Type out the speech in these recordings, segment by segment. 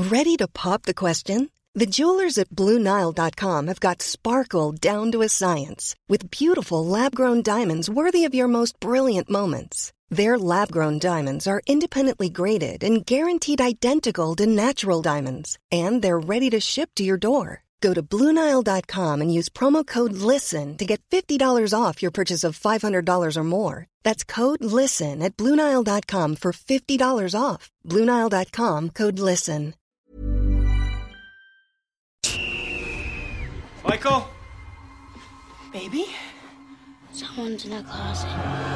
Ready to pop the question? The jewelers at BlueNile.com have got sparkle down to a science with beautiful lab-grown diamonds worthy of your most brilliant moments. Their lab-grown diamonds are independently graded and guaranteed identical to natural diamonds, and they're ready to ship to your door. Go to BlueNile.com and use promo code LISTEN to get $50 off your purchase of $500 or more. That's code LISTEN at BlueNile.com for $50 off. BlueNile.com, code LISTEN. Michael? Baby? Someone's in the closet.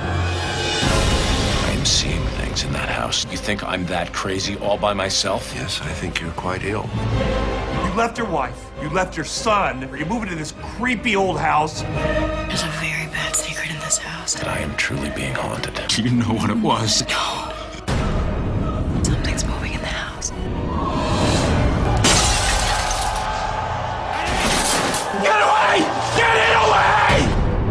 I'm seeing things in that house. You think I'm that crazy all by myself? Yes, I think you're quite ill. You left your wife, you left your son, you're moving to this creepy old house. There's a very bad secret in this house. That I am truly being haunted. Do you know what it was? No. Something's moving in the house. Get away! Get it away!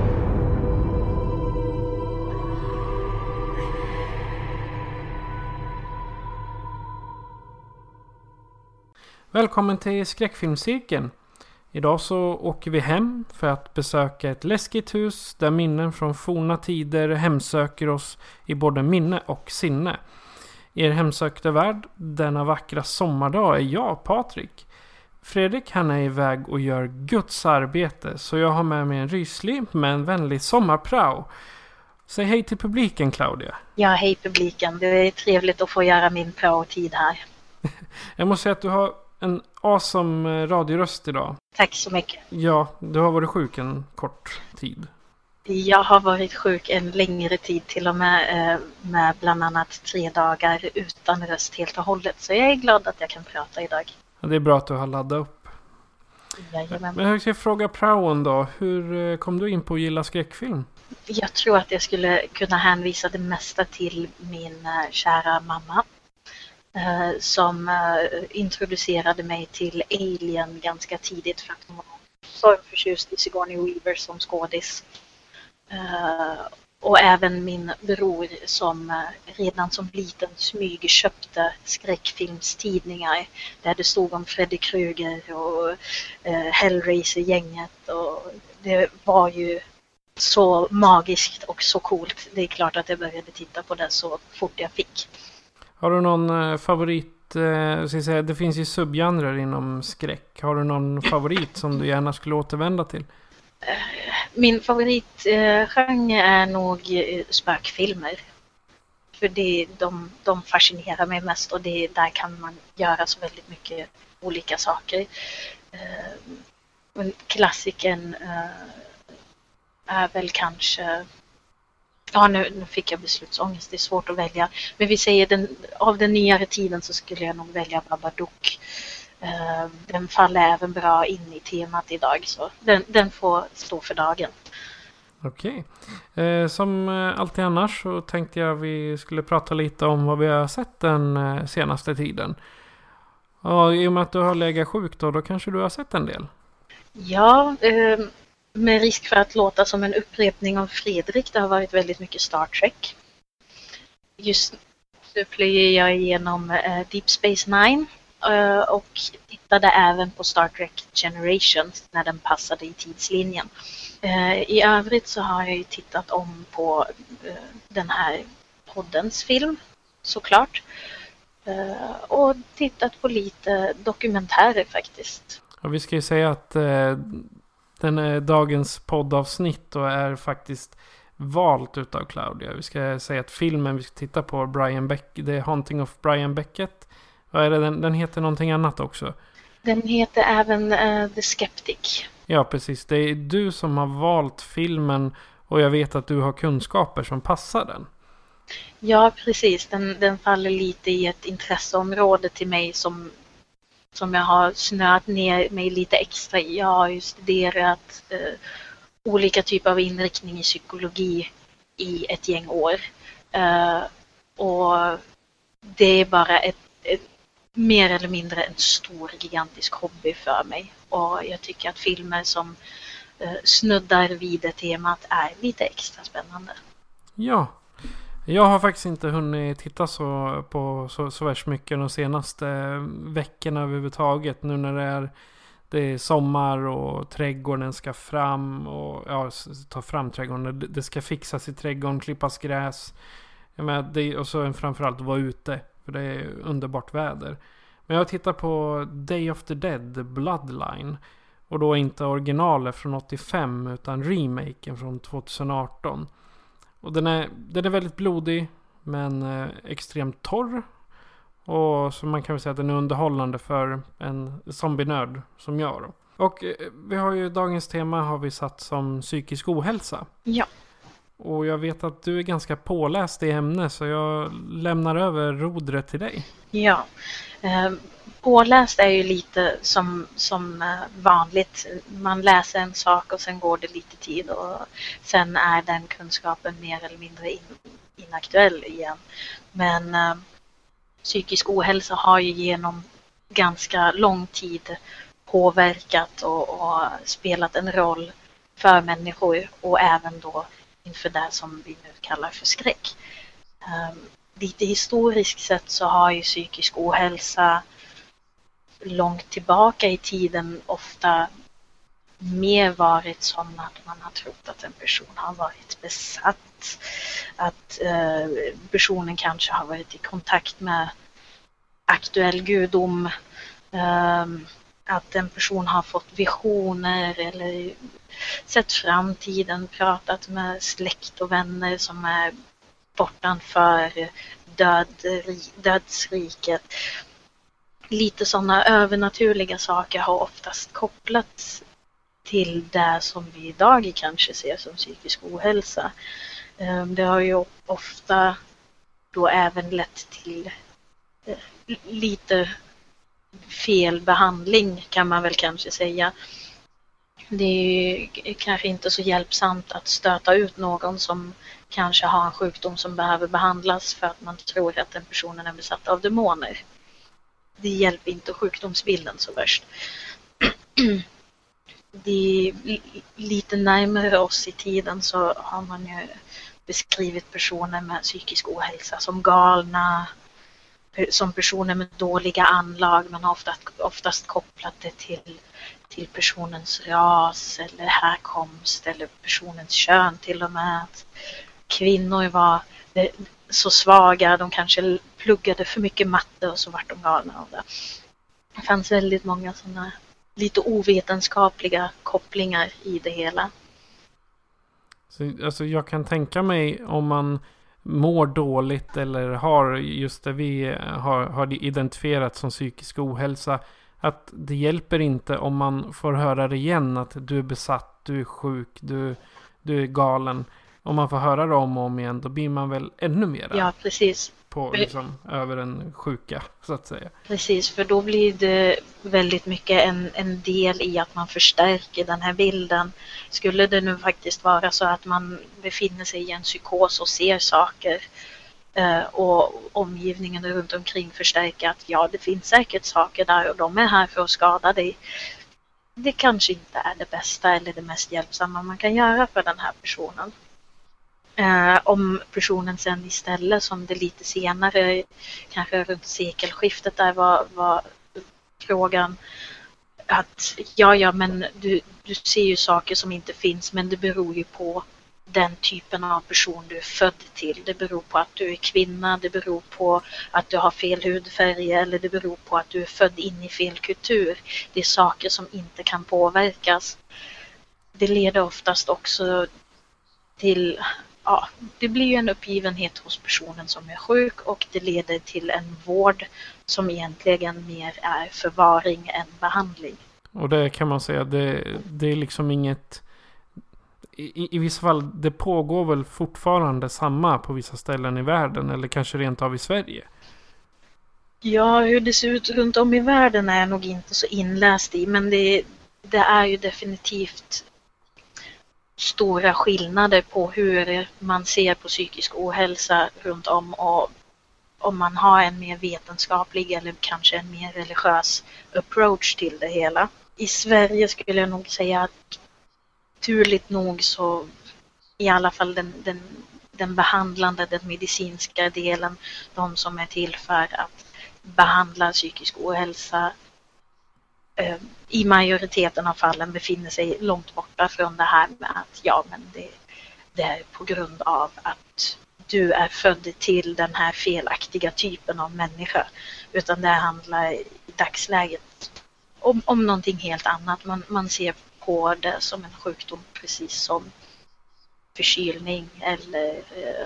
Välkommen till skräckfilmscirkeln. Idag så åker vi hem för att besöka ett läskigt hus där minnen från forna tider hemsöker oss i både minne och sinne. I er hemsökta värld denna vackra sommardag är jag, Patrik. Fredrik han är iväg och gör Guds arbete, så jag har med mig en ryslig men vänlig sommarprao. Säg hej till publiken, Claudia. Ja, hej publiken. Det är trevligt att få göra min prao-tid här. Jag måste säga att du har en awesome radioröst idag. Tack så mycket. Ja, du har varit sjuk en kort tid. Jag har varit sjuk en längre tid, till och med bland annat 3 dagar utan röst helt och hållet. Så jag är glad att jag kan prata idag. Ja, det är bra att du har laddat upp. Jajamän. Men jag ska fråga praon då. Hur kom du in på att gilla skräckfilm? Jag tror att jag skulle kunna hänvisa det mesta till min kära mamma. Som introducerade mig till Alien ganska tidigt för att hon var så förtjust i Sigourney Weaver som skådis. Och även min bror som redan som liten smygköpte skräckfilmstidningar där det stod om Freddy Krueger och Hellraiser-gänget, och det var ju så magiskt och så coolt. Det är klart att jag började titta på det så fort jag fick. Har du någon favorit, ska jag säga, det finns ju subgenrer inom skräck. Har du någon favorit som du gärna skulle återvända till? Min favoritgenre är nog spökfilmer. För de fascinerar mig mest, och där kan man göra så väldigt mycket olika saker. Klassiken är väl kanske... Ja, nu fick jag beslutsångest. Det är svårt att välja. Men vi säger av den nyare tiden så skulle jag nog välja Babadook. Den faller även bra in i temat idag. Så den får stå för dagen. Okej. Som alltid annars så tänkte jag vi skulle prata lite om vad vi har sett den senaste tiden. Och i och med att du har legat sjuk då kanske du har sett en del. Ja, med risk för att låta som en upprepning av Fredrik, det har varit väldigt mycket Star Trek. Just nu plöjer jag igenom Deep Space Nine och tittade även på Star Trek Generations när den passade i tidslinjen. I övrigt så har jag ju tittat om på den här poddens film, såklart. Och tittat på lite dokumentärer faktiskt. Ja, vi ska ju säga att dagens poddavsnitt då är faktiskt valt utav Claudia. Vi ska säga att filmen vi ska titta på, The Haunting of Brian Beckett. Vad är det? Den heter någonting annat också. Den heter även The Skeptic. Ja, precis. Det är du som har valt filmen, och jag vet att du har kunskaper som passar den. Ja, precis. Den faller lite i ett intresseområde till mig som jag har snöat ner mig lite extra i. Jag har ju studerat olika typer av inriktning i psykologi i ett gäng år. Och det är bara ett mer eller mindre en stor, gigantisk hobby för mig. Och jag tycker att filmer som snuddar vid det temat är lite extra spännande. Ja, Jag har faktiskt inte hunnit titta på värst mycket de senaste veckorna överhuvudtaget. Nu när det är sommar och trädgården ska fram och ta fram trädgården. Det ska fixas i trädgården, klippas gräs. Och så framförallt vara ute, för det är underbart väder. Men jag tittar på Day of the Dead, Bloodline. Och då inte originalet från 85 utan remaken från 2018. Och den är väldigt blodig men extremt torr. Och så man kan väl säga att den är underhållande för en zombienörd som jag då. Och vi har ju dagens tema har vi satt som psykisk ohälsa. Ja. Och jag vet att du är ganska påläst i ämne, så jag lämnar över rodret till dig. Ja. Påläst är ju lite som vanligt. Man läser en sak och sen går det lite tid och sen är den kunskapen mer eller mindre inaktuell igen. Men psykisk ohälsa har ju genom ganska lång tid påverkat och spelat en roll för människor och även då inför det som vi nu kallar för skräck. Lite historiskt sett så har ju psykisk ohälsa långt tillbaka i tiden ofta mer varit som att man har trott att en person har varit besatt. Att personen kanske har varit i kontakt med aktuell gudom. Att en person har fått visioner eller sett framtiden, pratat med släkt och vänner som är bortanför dödsriket. Lite sådana övernaturliga saker har oftast kopplats till det som vi idag kanske ser som psykisk ohälsa. Det har ju ofta då även lett till lite fel behandling, kan man väl kanske säga. Det är kanske inte så hjälpsamt att stöta ut någon som kanske har en sjukdom som behöver behandlas för att man tror att den personen är besatt av demoner. Det hjälper inte sjukdomsbilden så värst. Det är lite närmare oss i tiden så har man ju beskrivit personer med psykisk ohälsa som galna, som personer med dåliga anlag. Man har oftast kopplat det till personens ras eller härkomst eller personens kön till och med. Att kvinnor var så svaga, de kanske pluggade för mycket matte och så vart de galna av det. Det fanns väldigt många sådana lite ovetenskapliga kopplingar i det hela. Så, alltså jag kan tänka mig om man mår dåligt eller har just det vi har identifierat som psykisk ohälsa, att det hjälper inte om man får höra det igen att du är besatt, du är sjuk, du är galen. Om man får höra det om och om igen, då blir man väl ännu mer. Ja, precis. På liksom över en sjuka, så att säga. Precis, för då blir det väldigt mycket en del i att man förstärker den här bilden. Skulle det nu faktiskt vara så att man befinner sig i en psykos och ser saker och omgivningen runt omkring förstärker att ja, det finns säkert saker där och de är här för att skada dig. Det kanske inte är det bästa eller det mest hjälpsamma man kan göra för den här personen. Om personen sen istället, som det lite senare, kanske runt sekelskiftet där var frågan att ja men du ser ju saker som inte finns, men det beror ju på den typen av person du är född till. Det beror på att du är kvinna, det beror på att du har fel hudfärg eller det beror på att du är född in i fel kultur. Det är saker som inte kan påverkas. Det leder oftast också till det blir ju en uppgivenhet hos personen som är sjuk och det leder till en vård som egentligen mer är förvaring än behandling. Och det kan man säga, det är liksom inget... I vissa fall, det pågår väl fortfarande samma på vissa ställen i världen eller kanske rent av i Sverige? Ja, hur det ser ut runt om i världen är jag nog inte så inläst i, men det är ju definitivt stora skillnader på hur man ser på psykisk ohälsa runt om, och om man har en mer vetenskaplig eller kanske en mer religiös approach till det hela. I Sverige skulle jag nog säga att turligt nog så i alla fall den den behandlande, den medicinska delen, de som är till för att behandla psykisk ohälsa, i majoriteten av fallen befinner sig långt borta från det här med att det är på grund av att du är född till den här felaktiga typen av människa, utan det handlar i dagsläget om någonting helt annat. Man ser på det som en sjukdom precis som förkylning eller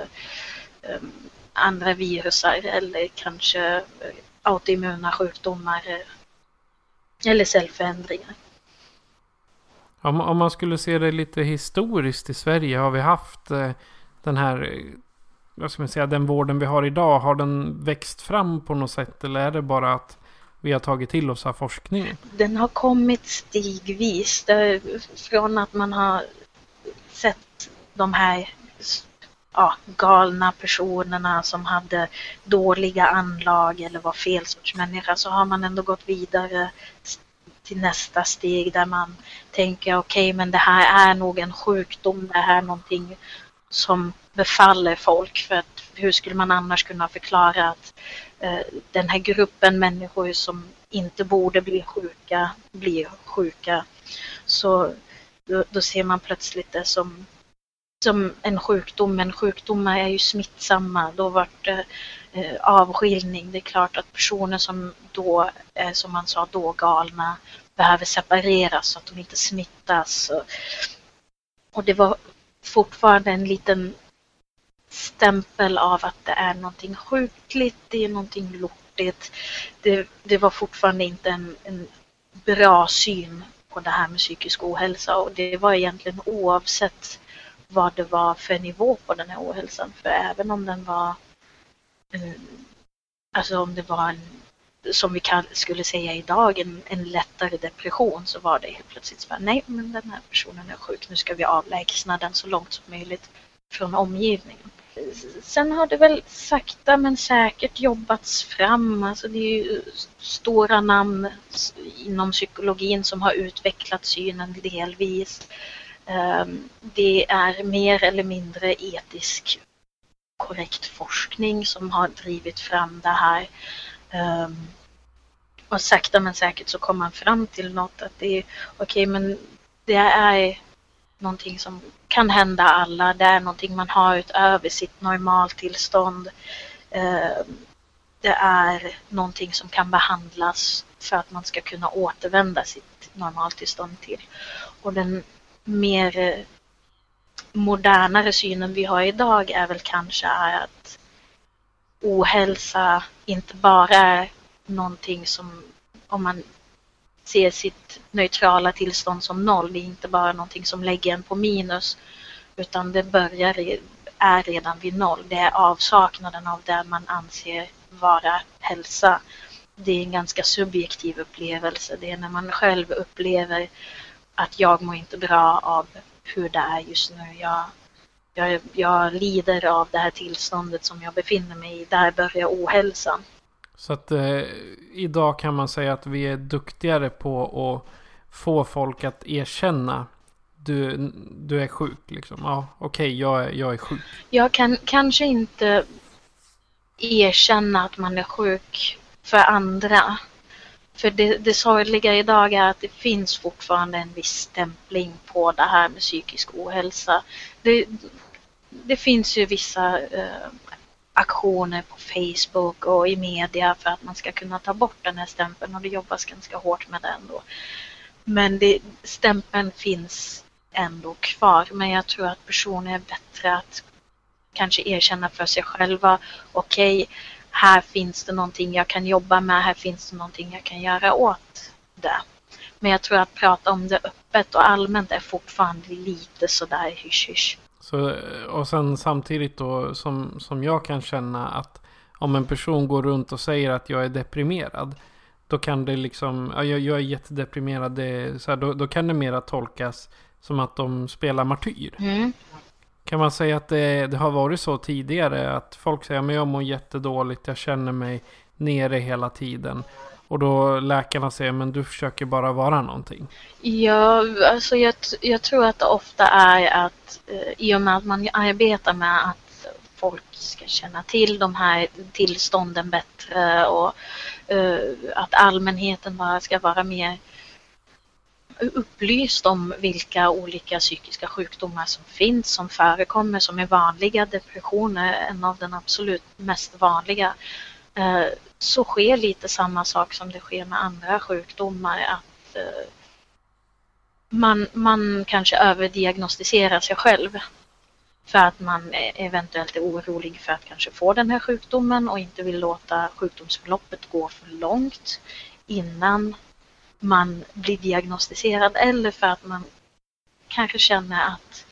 andra virusar eller kanske autoimmuna sjukdomar eller cellförändringar. Om man skulle se det lite historiskt i Sverige, har vi haft den här, vad ska man säga, den vården vi har idag, har den växt fram på något sätt, eller är det bara att vi har tagit till oss av forskningen? Den har kommit stigvis, från att man har sett de här galna personerna som hade dåliga anlag eller var fel sorts människa, så har man ändå gått vidare till nästa steg där man tänker okej, men det här är nog en sjukdom, det här är någonting som befaller folk, för att hur skulle man annars kunna förklara att den här gruppen människor som inte borde bli sjuka blir sjuka. Så då ser man plötsligt det som en sjukdom, men sjukdomar är ju smittsamma. Då var det avskiljning. Det är klart att personer som då är, som man sa, då galna, behöver separeras så att de inte smittas. Och det var fortfarande en liten stämpel av att det är någonting sjukligt, det är någonting lortigt. Det var fortfarande inte en bra syn på det här med psykisk ohälsa, och det var egentligen oavsett vad det var för nivå på den här ohälsan. För även om den var om det var som vi skulle säga idag, en lättare depression, så var det helt plötsligt så, nej, men den här personen är sjuk, nu ska vi avlägsna den så långt som möjligt från omgivningen. Sen har det väl sakta men säkert jobbats fram, alltså det är ju stora namn inom psykologin som har utvecklat synen delvis. Det är mer eller mindre etisk korrekt forskning som har drivit fram det här. Och sakta men säkert så kommer man fram till något att det är okej, men det är någonting som kan hända alla. Det är någonting man har utöver sitt normaltillstånd. Det är någonting som kan behandlas för att man ska kunna återvända sitt normaltillstånd till. Och den mer modernare synen vi har idag är väl kanske att ohälsa inte bara är någonting som, om man ser sitt neutrala tillstånd som noll, det är inte bara någonting som lägger en på minus, utan det är redan vid noll. Det är avsaknaden av det man anser vara hälsa. Det är en ganska subjektiv upplevelse. Det är när man själv upplever att jag mår inte bra av hur det är just nu. Jag lider av det här tillståndet som jag befinner mig i. Där börjar ohälsan. Så att idag kan man säga att vi är duktigare på att få folk att erkänna du är sjuk liksom. Ja, okej, jag är sjuk. Jag kan kanske inte erkänna att man är sjuk för andra. För det sorgliga idag är att det finns fortfarande en viss stämpling på det här med psykisk ohälsa. Det finns ju vissa aktioner på Facebook och i media för att man ska kunna ta bort den här stämpeln, och det jobbas ganska hårt med det ändå. Men stämpeln finns ändå kvar, men jag tror att personer är bättre att kanske erkänna för sig själva, okej, här finns det någonting jag kan jobba med, här finns det någonting jag kan göra åt det. Men jag tror att prata om det öppet och allmänt är fortfarande lite sådär hysch-hysch. Så, och sen samtidigt då som jag kan känna att om en person går runt och säger att jag är deprimerad, då kan det liksom, jag är jättedeprimerad, då kan det mera tolkas som att de spelar martyr. Mm. Kan man säga att det har varit så tidigare att folk säger men jag mår jättedåligt, jag känner mig nere hela tiden, och då läkarna säger men du försöker bara vara någonting? Ja, alltså jag tror att det ofta är att i och med att man arbetar med att folk ska känna till de här tillstånden bättre och att allmänheten bara ska vara mer upplyst om vilka olika psykiska sjukdomar som finns, som förekommer, som är vanliga. Depressioner är en av den absolut mest vanliga. Så sker lite samma sak som det sker med andra sjukdomar, att man kanske överdiagnostiserar sig själv för att man eventuellt är orolig för att kanske få den här sjukdomen och inte vill låta sjukdomsförloppet gå för långt innan man blir diagnostiserad, eller för att man kanske känner att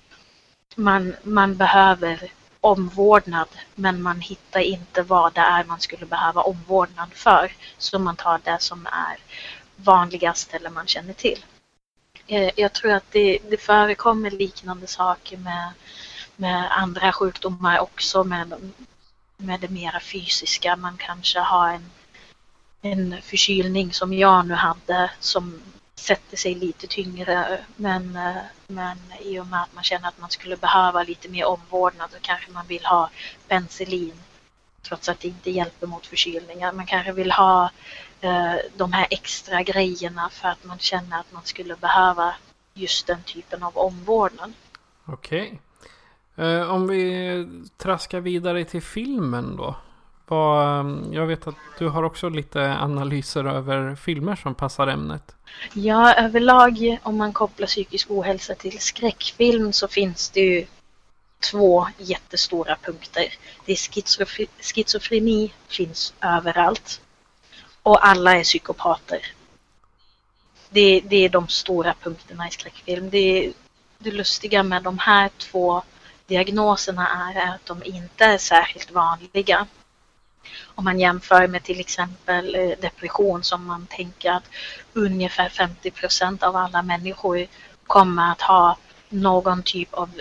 man behöver omvårdnad, men man hittar inte vad det är man skulle behöva omvårdnad för, så man tar det som är vanligast eller man känner till. Jag tror att det förekommer liknande saker med andra sjukdomar också, med det mera fysiska. Man kanske har en förkylning som jag nu hade som sätter sig lite tyngre, men i och med att man känner att man skulle behöva lite mer omvårdnad, så kanske man vill ha penicillin trots att det inte hjälper mot förkylningar. Man kanske vill ha de här extra grejerna för att man känner att man skulle behöva just den typen av omvårdnad. Okej. Om vi traskar vidare till filmen då. Jag vet att du har också lite analyser över filmer som passar ämnet. Ja, överlag om man kopplar psykisk ohälsa till skräckfilm så finns det ju 2 jättestora punkter. Det är schizofreni finns överallt och alla är psykopater. Det är de stora punkterna i skräckfilm. Det lustiga med de här 2 diagnoserna är att de inte är särskilt vanliga. Om man jämför med till exempel depression, som man tänker att ungefär 50% av alla människor kommer att ha någon typ av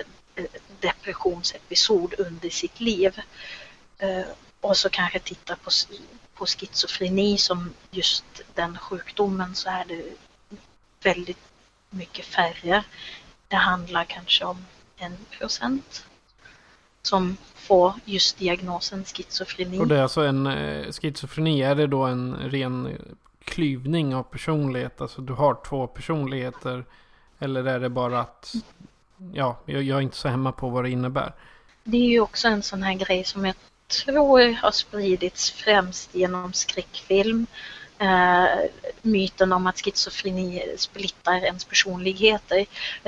depressionsepisod under sitt liv. Och så kanske titta på schizofreni som just den sjukdomen, så är det väldigt mycket färre. Det handlar kanske om 1% som får just diagnosen schizofreni. Och det är alltså schizofreni, är det då en ren klyvning av personlighet? Alltså du har 2 personligheter, eller är det bara att jag är inte så hemma på vad det innebär? Det är ju också en sån här grej som jag tror har spridits främst genom skräckfilm. Myten om att schizofreni splittar ens personligheter.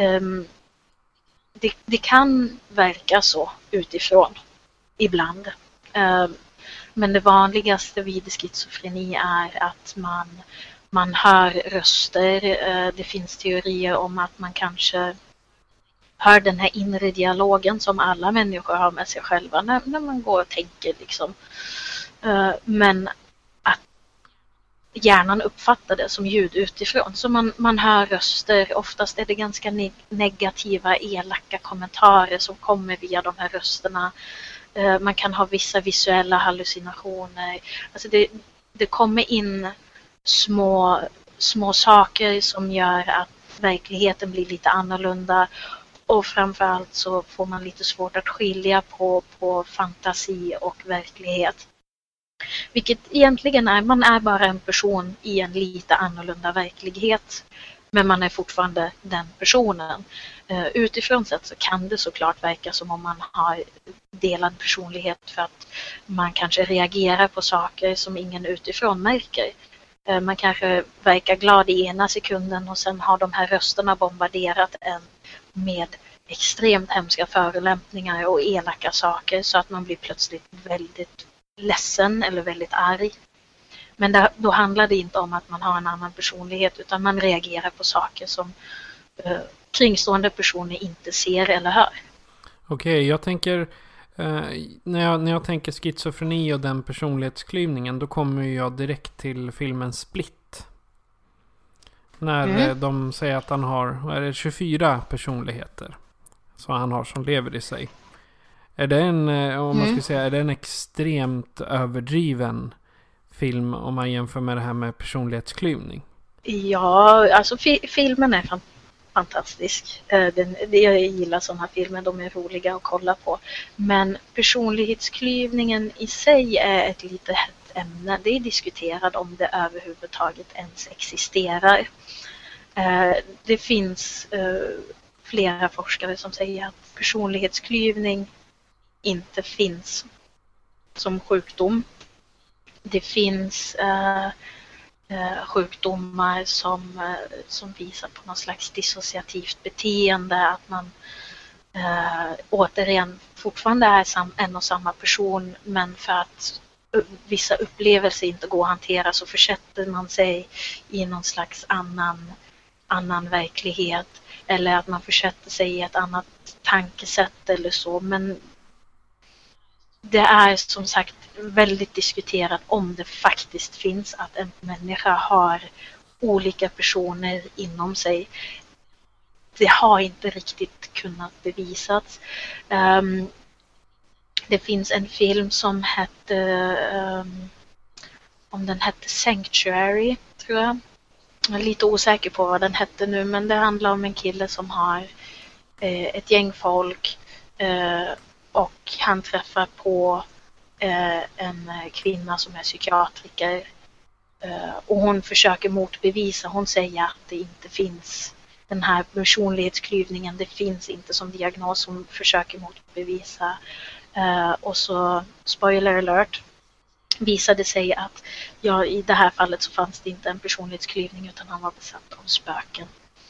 Det kan verka så utifrån ibland. Men det vanligaste vid schizofreni är att man hör röster. Det finns teorier om att man kanske hör den här inre dialogen som alla människor har med sig själva när man går och tänker liksom. Men att hjärnan uppfattar det som ljud utifrån. Så man hör röster. Oftast är det ganska negativa, elaka kommentarer som kommer via de här rösterna. Man kan ha vissa visuella hallucinationer. Alltså det kommer in små saker som gör att verkligheten blir lite annorlunda. Och framförallt så får man lite svårt att skilja på fantasi och verklighet. Vilket egentligen man är bara en person i en lite annorlunda verklighet. Men man är fortfarande den personen. Utifrån sett så kan det såklart verka som om man har delad personlighet, för att man kanske reagerar på saker som ingen utifrån märker. Man kanske verkar glad i ena sekunden och sen har de här rösterna bombarderat en med extremt hemska förolämpningar och elaka saker, så att man blir plötsligt väldigt ledsen eller väldigt arg. Men då handlar det inte om att man har en annan personlighet, utan man reagerar på saker som kringstående personer inte ser eller hör. Okej, jag tänker när jag tänker schizofreni och den personlighetsklyvningen, då kommer jag direkt till filmen Split. När de säger att han har 24 personligheter som han har som lever i sig. Är det är det en extremt överdriven film om man jämför med det här med personlighetsklyvning? Ja, alltså filmen är fantastisk. Jag gillar sådana filmer, de är roliga att kolla på. Men personlighetsklyvningen i sig är ett lite hett ämne. Det är diskuterat om det överhuvudtaget ens existerar. Det finns flera forskare som säger att personlighetsklyvning inte finns som sjukdom. Det finns sjukdomar som visar på någon slags dissociativt beteende, att man återigen fortfarande är en och samma person, men för att vissa upplevelser inte går att hantera så försätter man sig i någon slags annan verklighet, eller att man försätter sig i ett annat tankesätt eller så. Men det är som sagt väldigt diskuterat om det faktiskt finns att en människa har olika personer inom sig. Det har inte riktigt kunnat bevisas. Det finns en film som hette om den hette Sanctuary, tror jag. Jag är lite osäker på vad den hette nu, men det handlar om en kille som har ett gäng folk och han träffar på en kvinna som är psykiatriker och hon försöker motbevisa. Hon säger att det inte finns den här personlighetsklyvningen, det finns inte som diagnos. Hon försöker motbevisa och så, spoiler alert, visade sig att i det här fallet så fanns det inte en personlighetsklyvning utan han var besatt av spöken.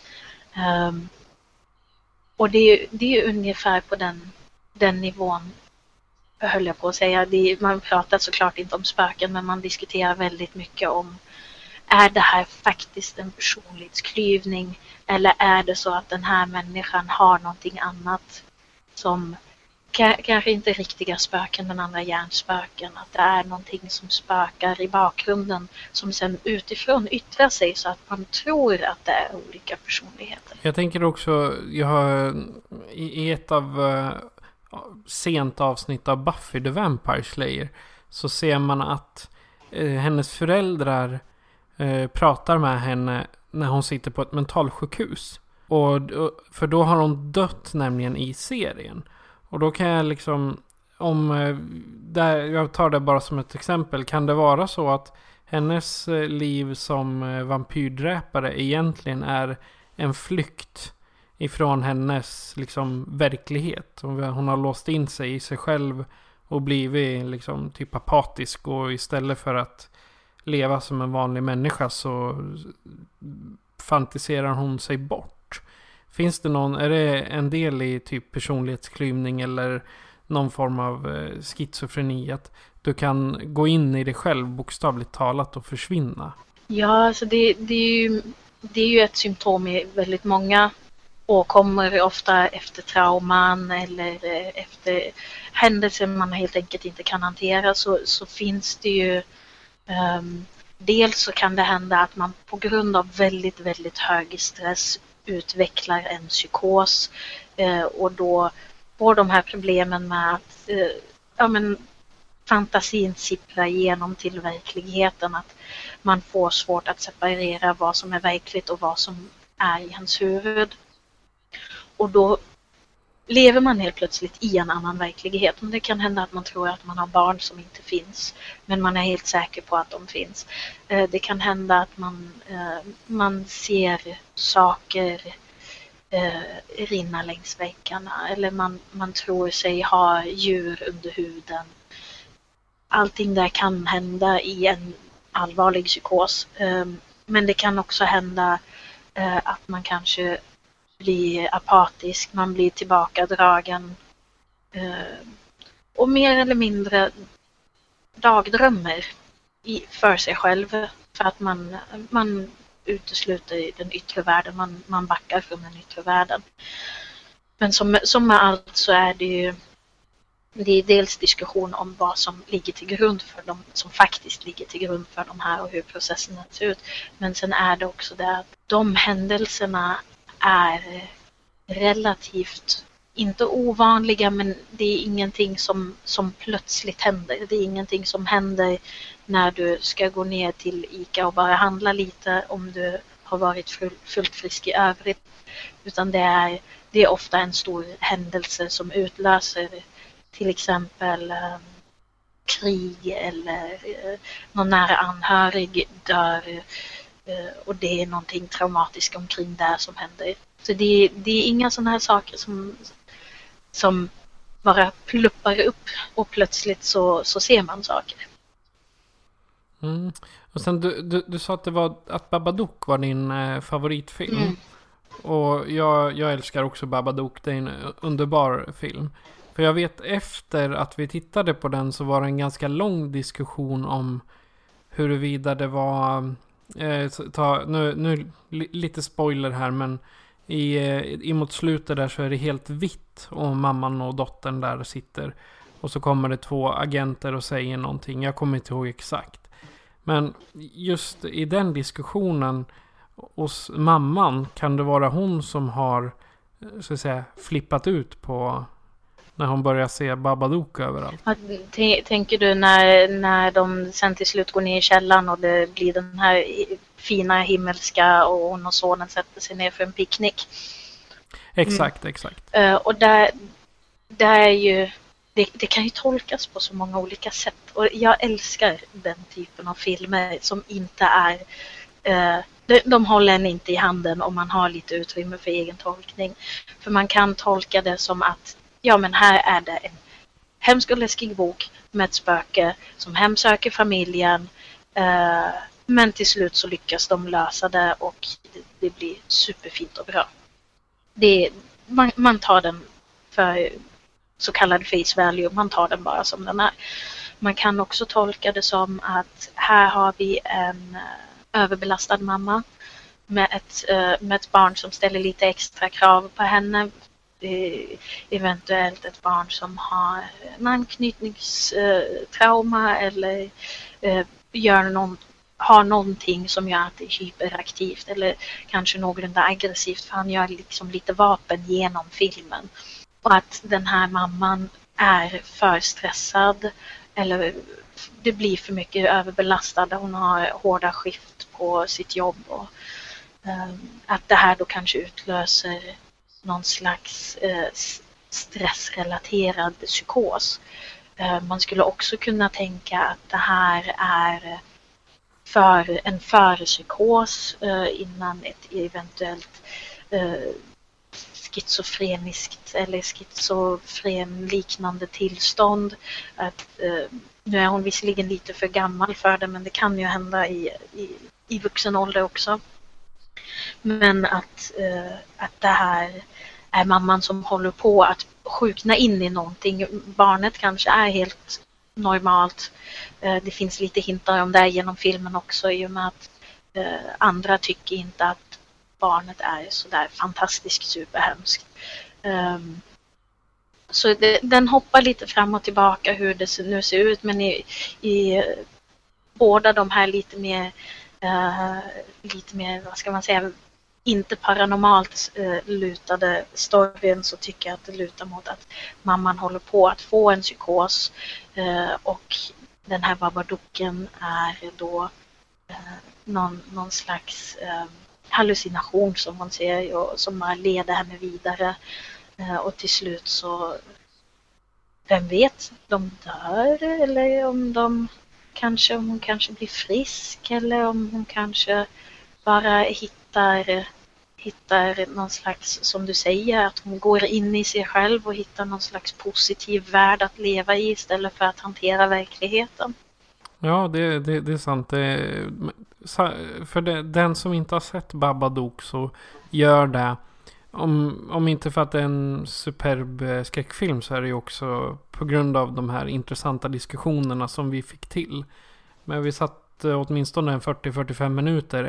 Och det är ungefär på den nivån, höll jag på att säga. Man pratar såklart inte om spöken, men man diskuterar väldigt mycket om, är det här faktiskt en personlighetsklyvning, eller är det så att den här människan har någonting annat som kanske inte riktiga spöken men andra hjärnspöken, att det är någonting som spökar i bakgrunden som sen utifrån yttrar sig så att man tror att det är olika personligheter. Jag tänker också, jag har i ett av sent avsnitt av Buffy the Vampire Slayer så ser man att hennes föräldrar pratar med henne när hon sitter på ett mentalsjukhus. För då har hon dött nämligen i serien. Och då kan jag liksom, jag tar det bara som ett exempel, kan det vara så att hennes liv som vampyrdräpare egentligen är en flykt ifrån hennes liksom verklighet. Hon har låst in sig i sig själv och blivit liksom typ apatisk, och istället för att leva som en vanlig människa så fantiserar hon sig bort. Finns det är det en del i typ personlighetsklyvning eller någon form av schizofreni att du kan gå in i dig själv bokstavligt talat och försvinna? Ja, alltså det är ju ett symptom i väldigt många åkommor, ofta efter trauman eller efter händelser man helt enkelt inte kan hantera, så finns det ju dels så kan det hända att man på grund av väldigt, väldigt hög stress utvecklar en psykos och då får de här problemen med att fantasin sipprar igenom till verkligheten, att man får svårt att separera vad som är verkligt och vad som är i ens huvud. Och då lever man helt plötsligt i en annan verklighet. Men det kan hända att man tror att man har barn som inte finns, men man är helt säker på att de finns. Det kan hända att man ser saker rinna längs väggarna, eller man tror sig ha djur under huden. Allting där kan hända i en allvarlig psykos. Men det kan också hända att man kanske blir apatisk, man blir tillbakadragen och mer eller mindre dagdrömmer för sig själv, för att man utesluter den yttre världen, man backar från den yttre världen. Men som med allt så är det är dels diskussion om vad som ligger till grund för dem, som faktiskt ligger till grund för de här och hur processen ser ut. Men sen är det också det att de händelserna är relativt, inte ovanliga, men det är ingenting som plötsligt händer. Det är ingenting som händer när du ska gå ner till ICA och bara handla lite, om du har varit fullt frisk i övrigt. Utan det är ofta en stor händelse som utlöser till exempel krig eller någon nära anhörig dör. Och det är någonting traumatiskt omkring det som händer. Så det är inga sådana här saker som bara pluppar upp och plötsligt så ser man saker. Mm. Och sen du sa att Babadook var din favoritfilm. Mm. Och jag älskar också Babadook. Det är en underbar film. För jag vet efter att vi tittade på den så var det en ganska lång diskussion om huruvida det var... nu lite spoiler här, men mot slutet där så är det helt vitt och mamman och dottern där sitter. Och så kommer det 2 agenter och säger någonting. Jag kommer inte ihåg exakt. Men just i den diskussionen hos mamman, kan det vara hon som har så att säga flippat ut på när hon börjar se Babadook överallt? Tänker du när de sen till slut går ner i källaren och det blir den här fina himmelska och hon och sonen sätter sig ner för en picknick? Exakt. Och där är ju det kan ju tolkas på så många olika sätt. Och jag älskar den typen av filmer som inte är... de håller en inte i handen om man har lite utrymme för egen tolkning. För man kan tolka det som att ja, men här är det en hemsk och läskig bok med ett spöke som hemsöker familjen. Men till slut så lyckas de lösa det och det blir superfint och bra. Man tar den för så kallad face value. Man tar den bara som den är. Man kan också tolka det som att här har vi en överbelastad mamma med ett barn som ställer lite extra krav på henne. Eventuellt ett barn som har en anknytningstrauma eller har någonting som gör att det är hyperaktivt eller kanske någorlunda aggressivt, för han gör liksom lite vapen genom filmen. Och att den här mamman är för stressad eller det blir för mycket överbelastad. Hon har hårda skift på sitt jobb och att det här då kanske utlöser någon slags stressrelaterad psykos. Man skulle också kunna tänka att det här är en förpsykos innan ett eventuellt schizofreniskt eller schizofren-liknande tillstånd. Att, nu är hon visserligen lite för gammal för det, men det kan ju hända i vuxen ålder också. Men att det här är mamman som håller på att sjukna in i någonting. Barnet kanske är helt normalt. Det finns lite hintar om det genom filmen också, i och med att andra tycker inte att barnet är så där fantastiskt superhemskt. Så den hoppar lite fram och tillbaka hur det nu ser ut, men i båda de här lite mer vad ska man säga, inte paranormalt lutade storyn, så tycker jag att det lutar mot att mamman håller på att få en psykos och den här Babadooken är då någon slags hallucination som man ser och som bara leder henne vidare och till slut så, vem vet, de dör eller om hon kanske blir frisk, eller om hon kanske bara hittar någon slags, som du säger, att hon går in i sig själv och hittar någon slags positiv värld att leva i istället för att hantera verkligheten. Ja, det är sant. För den som inte har sett Babadook så gör det. Om inte för att det är en superb skräckfilm, så är det ju också på grund av de här intressanta diskussionerna som vi fick till. Men vi satt åtminstone 40-45 minuter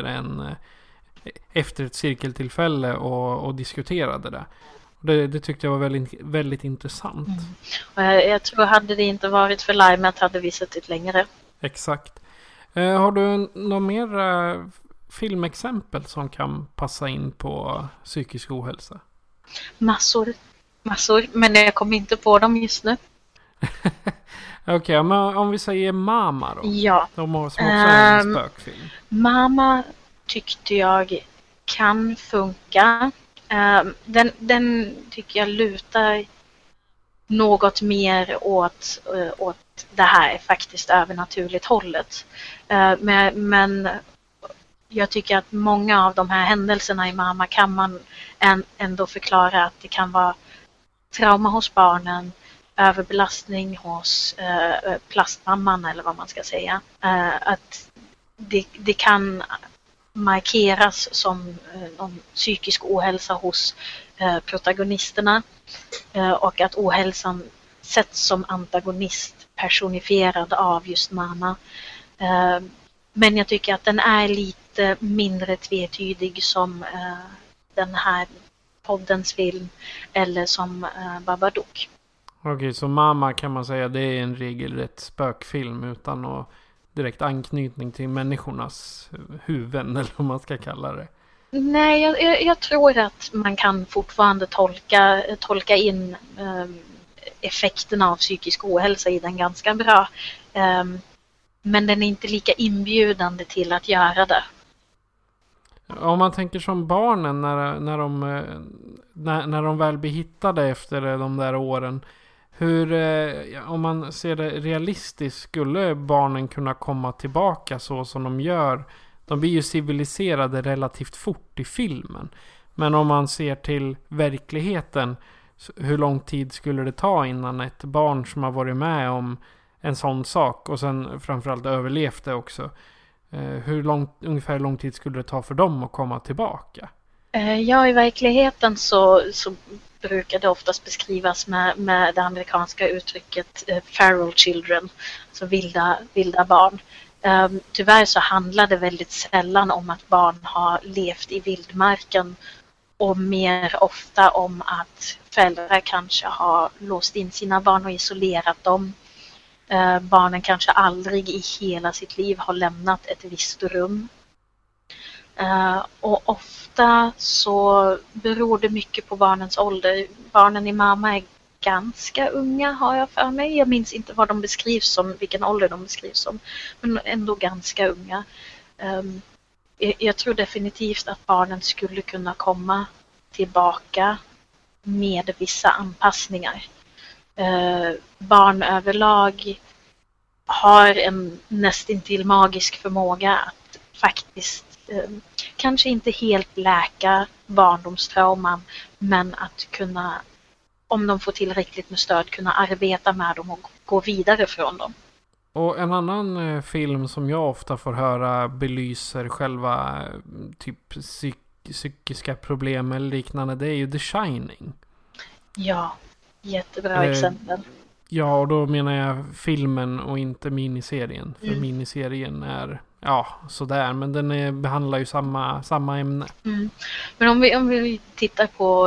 efter ett cirkeltillfälle och diskuterade det. Det tyckte jag var väldigt, väldigt intressant. Jag tror hade det inte varit för limet hade vi suttit längre. Exakt. Har du några mer filmexempel som kan passa in på psykisk ohälsa? Massor, men jag kommer inte på dem just nu. Okej, men om vi säger Mama då? Ja. De har som också en spökfilm. Mama tyckte jag kan funka. Den tycker jag lutar något mer åt det här faktiskt övernaturligt hållet. Men jag tycker att många av de här händelserna i Mama kan man ändå förklara att det kan vara trauma hos barnen, överbelastning hos plastmamman eller vad man ska säga. Att det kan markeras som någon psykisk ohälsa hos protagonisterna och att ohälsan sätts som antagonist personifierad av just mamma. Men jag tycker att den är lite mindre tvetydig som den här poddens film eller som Babadook. Okej, så Mama kan man säga det är en regelrätt spökfilm utan att direkt anknytning till människornas huvuden eller vad man ska kalla det. Nej, jag tror att man kan fortfarande tolka in effekterna av psykisk ohälsa i den ganska bra. Men den är inte lika inbjudande till att göra det. Om man tänker som barnen när de väl blir hittade efter de där åren. Hur, om man ser det realistiskt, skulle barnen kunna komma tillbaka så som de gör? De blir ju civiliserade relativt fort i filmen. Men om man ser till verkligheten, hur lång tid skulle det ta innan ett barn som har varit med om en sån sak och sen framförallt överlevt det också, ungefär hur lång tid skulle det ta för dem att komma tillbaka? Ja, i verkligheten så brukar det oftast beskrivas med det amerikanska uttrycket feral children, alltså vilda barn. Tyvärr så handlar det väldigt sällan om att barn har levt i vildmarken och mer ofta om att föräldrar kanske har låst in sina barn och isolerat dem. Barnen kanske aldrig i hela sitt liv har lämnat ett visst rum. Och ofta så beror det mycket på barnens ålder. Barnen i Mama är ganska unga har jag för mig. Jag minns inte vad de beskrivs som, vilken ålder de beskrivs som. Men ändå ganska unga. Jag tror definitivt att barnen skulle kunna komma tillbaka med vissa anpassningar. Barn överlag har en nästintill magisk förmåga att faktiskt kanske inte helt läka barndomstrauman, men att kunna, om de får tillräckligt med stöd, kunna arbeta med dem och gå vidare från dem. Och en annan film som jag ofta får höra belyser själva typ psykiska problem eller liknande, det är ju The Shining. Ja, jättebra exempel. Ja, och då menar jag filmen och inte miniserien. För miniserien är sådär, men den behandlar ju samma ämne. Men om vi tittar på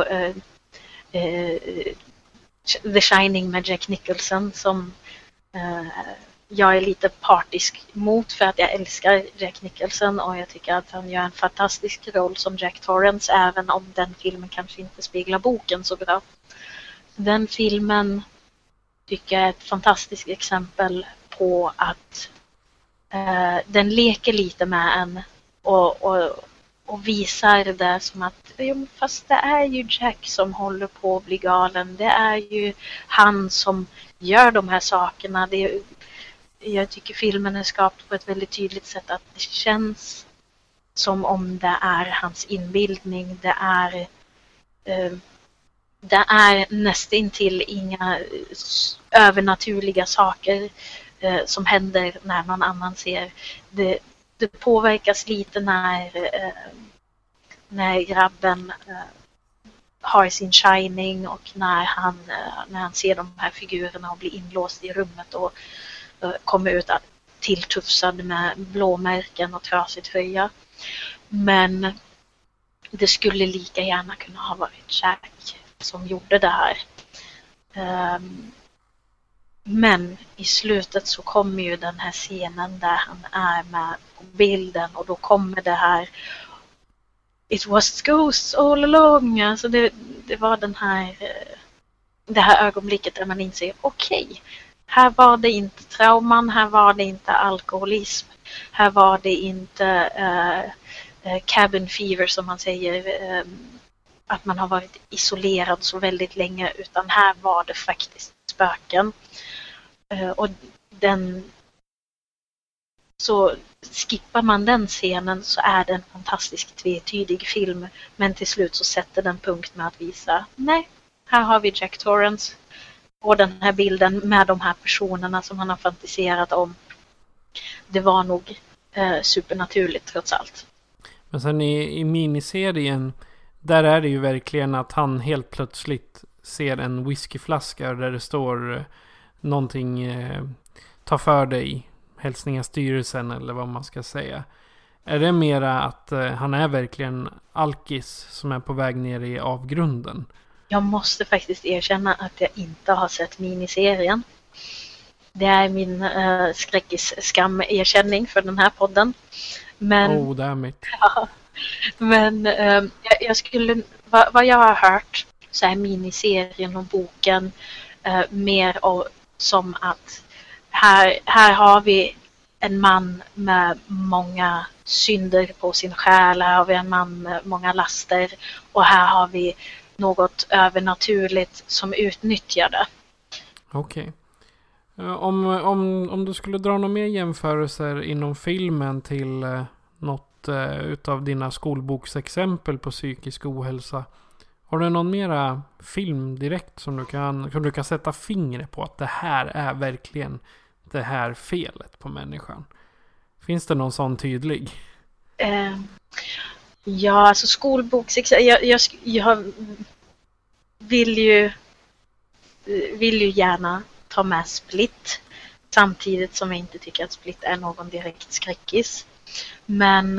The Shining med Jack Nicholson, som jag är lite partisk mot för att jag älskar Jack Nicholson och jag tycker att han gör en fantastisk roll som Jack Torrance, även om den filmen kanske inte speglar boken så bra. Den filmen tycker jag är ett fantastiskt exempel på att den leker lite med en och visar det som att fast det är ju Jack som håller på att bli galen. Det är ju han som gör de här sakerna. Jag tycker filmen är skapt på ett väldigt tydligt sätt att det känns som om det är hans inbildning. Det är nästintill inga övernaturliga saker som händer när någon annan ser. Det påverkas lite när grabben har sin shining och när han ser de här figurerna och blir inlåst i rummet och kommer ut tilltufsad med blåmärken och trasig tröja. Men det skulle lika gärna kunna ha varit Jack som gjorde det här. Men i slutet så kommer ju den här scenen där han är med på bilden och då kommer det här It was ghosts all along. Alltså det var det här ögonblicket där man inser okej, här var det inte trauman, här var det inte alkoholism, här var det inte cabin fever som man säger, att man har varit isolerad så väldigt länge, utan här var det faktiskt spöken. Och så skippar man den scenen så är det en fantastisk tvetydig film, men till slut så sätter den punkt med att visa, nej, här har vi Jack Torrance och den här bilden med de här personerna som han har fantiserat om. Det var nog supernaturligt trots allt. Men sen i miniserien, där är det ju verkligen att han helt plötsligt ser en whiskyflaska där det står någonting, ta för dig, hälsningarstyrelsen eller vad man ska säga. Är det mera att han är verkligen alkis som är på väg ner i avgrunden? Jag måste faktiskt erkänna att jag inte har sett miniserien. Det är min skräckis-skam-erkänning för den här podden. Men, damn it. Ja, men jag skulle, vad jag har hört så är miniserien och boken mer som att här har vi en man med många synder på sin själ, här har vi en man med många laster och här har vi något övernaturligt som utnyttjar det. Okej. Om du skulle dra några mer jämförelser inom filmen till något utav dina skolboksexempel på psykisk ohälsa, har du någon mera film direkt som du kan sätta fingret på att det här är verkligen det här felet på människan? Finns det någon sån tydlig? Ja, alltså skolboksexempel. Jag vill ju gärna ta med Split, samtidigt som jag inte tycker att Split är någon direkt skräckis. Men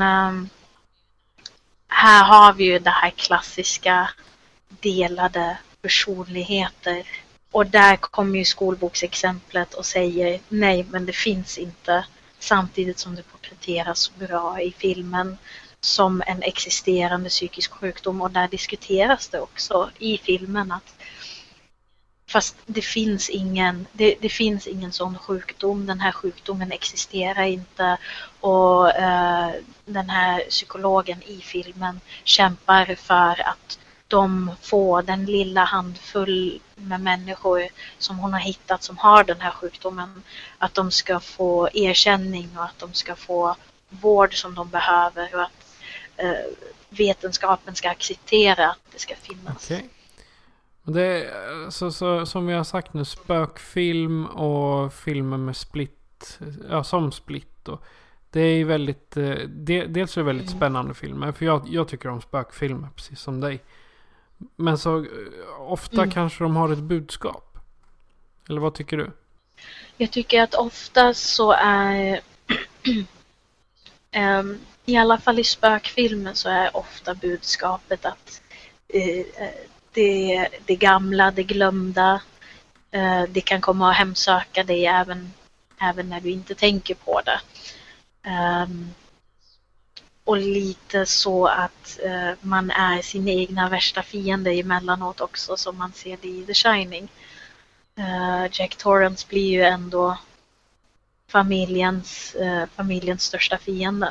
här har vi ju det här klassiska delade personligheter. Och där kommer ju skolboksexemplet och säger nej, men det finns inte. Samtidigt som det porträtteras bra i filmen som en existerande psykisk sjukdom. Och där diskuteras det också i filmen att fast det finns ingen sån sjukdom. Den här sjukdomen existerar inte. Och den här psykologen i filmen kämpar för att de får den lilla handfull med människor som hon har hittat som har den här sjukdomen. Att de ska få erkänning och att de ska få vård som de behöver. Och att vetenskapen ska acceptera att det ska finnas. Okay. Det är, så som vi har sagt nu, spökfilm och filmer med Split, ja, som Split. Och det är väldigt, dels är det väldigt spännande filmer, för jag tycker om spökfilmer precis som dig. Men så ofta kanske de har ett budskap. Eller vad tycker du? Jag tycker att ofta så är i alla fall i spökfilmer så är ofta budskapet att det gamla, det glömda, det kan komma och hemsöka dig även när du inte tänker på det. Och lite så att man är sin egna värsta fiende emellanåt också, som man ser det i The Shining. Jack Torrance blir ju ändå familjens största fiende.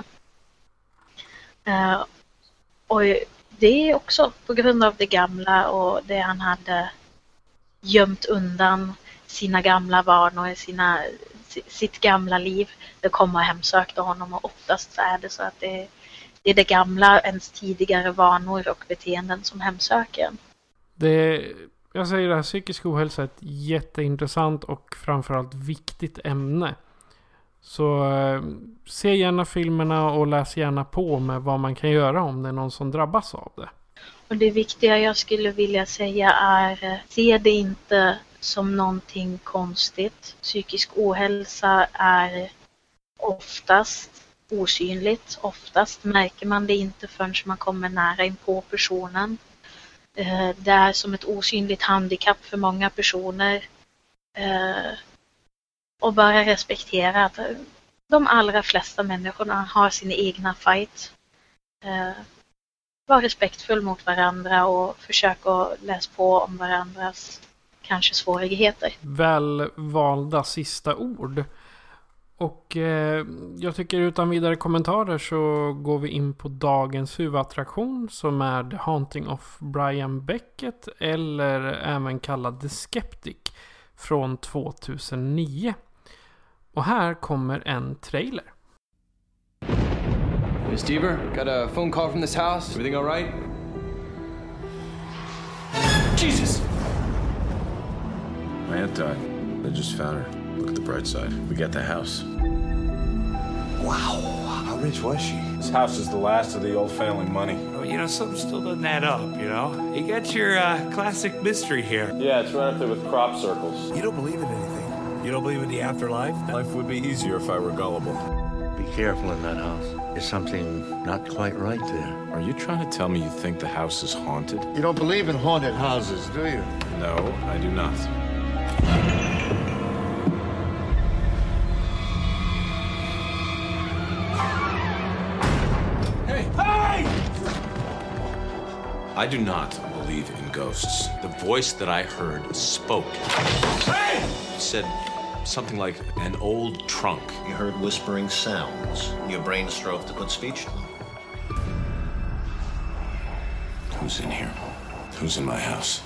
Och det är också på grund av det gamla och det han hade gömt undan, sina gamla vanor, sitt gamla liv. Det kommer och hemsökte honom, och oftast så är det så att det är det gamla, ens tidigare vanor och beteenden som hemsöker en. Jag säger det här, psykisk ohälsa är ett jätteintressant och framförallt viktigt ämne. Så se gärna filmerna och läs gärna på med vad man kan göra om det är någon som drabbas av det. Och det viktiga jag skulle vilja säga är, se det inte som någonting konstigt. Psykisk ohälsa är oftast osynligt. Oftast märker man det inte förrän man kommer nära in på personen. Det är som ett osynligt handikapp för många personer. Och bara respektera att de allra flesta människorna har sin egna fight. Var respektfull mot varandra och försök att läsa på om varandras kanske svårigheter. Väl valda sista ord. Och jag tycker utan vidare kommentarer så går vi in på dagens huvudattraktion som är The Haunting of Brian Beckett, eller även kallad The Skeptic, från 2009. Och här kommer en trailer. Miss Deaver, got a phone call from this house. Everything all right? Jesus! My aunt died. They just found her. Look at the bright side. We got the house. Wow. How rich was she? This house is the last of the old family money. Oh, you know, something still doesn't add up, you know? You got your classic mystery here. Yeah, it's right up there with crop circles. You don't believe in anything. You don't believe in the afterlife? Life would be easier if I were gullible. Be careful in that house. There's something not quite right there. Are you trying to tell me you think the house is haunted? You don't believe in haunted houses, do you? No, I do not. Hey! I do not believe in ghosts. The voice that I heard spoke. Hey! It said something like an old trunk. You heard whispering sounds. Your brain strove to put speech to them. Who's in here? Who's in my house?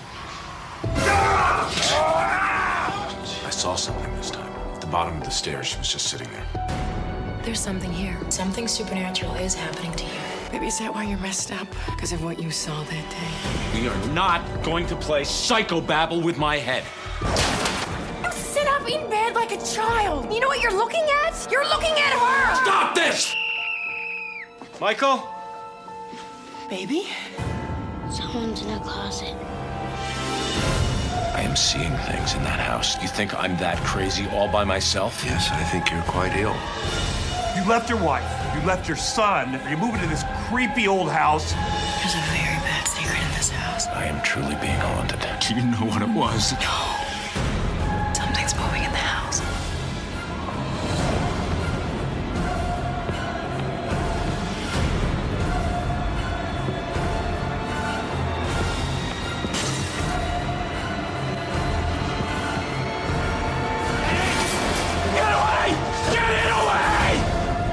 I saw something this time. At the bottom of the stairs, she was just sitting there. There's something here. Something supernatural is happening to you. Maybe is that why you're messed up? Because of what you saw that day? We are not going to play psychobabble with my head. You sit up in bed like a child. You know what you're looking at? You're looking at her! Stop this! Michael? Baby? Someone's in the closet. I am seeing things in that house. You think I'm that crazy all by myself? Yes, I think you're quite ill. You left your wife. You left your son. You moved into this creepy old house. There's a very bad secret in this house. I am truly being haunted. Do you know what it was? No. Something's moving in the house. Get away! Get it away!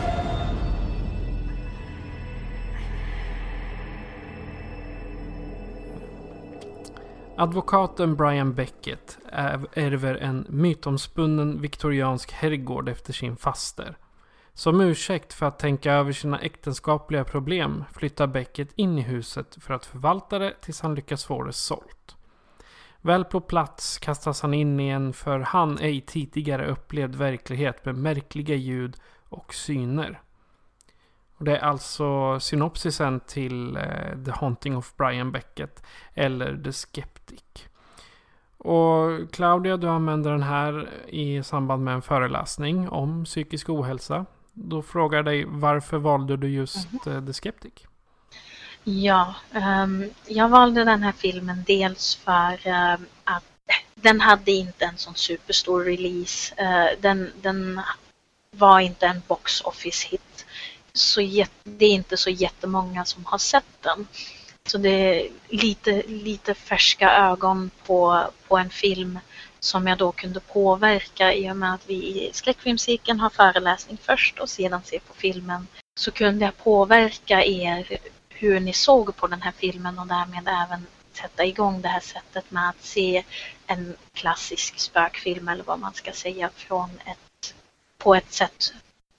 Advokaten Brian Beckett ärver en mytomspunnen viktoriansk herrgård efter sin faster. Som ursäkt för att tänka över sina äktenskapliga problem flyttar Beckett in i huset för att förvalta det tills han lyckas få det sålt. Väl på plats kastas han in i en för han ej tidigare upplevd verklighet med märkliga ljud och syner. Och det är alltså synopsisen till The Haunting of Brian Beckett eller The Skeptic. Och Claudia, du använder den här i samband med en föreläsning om psykisk ohälsa. Då frågar jag dig, varför valde du just The Skeptic? Ja, jag valde den här filmen dels för att den hade inte en sån superstor release. Den var inte en box office hit. Så det är inte så jättemånga som har sett den. Så det är lite färska ögon på en film som jag då kunde påverka i och med att vi i skräckfilmscirkeln har föreläsning först och sedan se på filmen. Så kunde jag påverka er hur ni såg på den här filmen och därmed även sätta igång det här sättet med att se en klassisk spökfilm eller vad man ska säga på ett sätt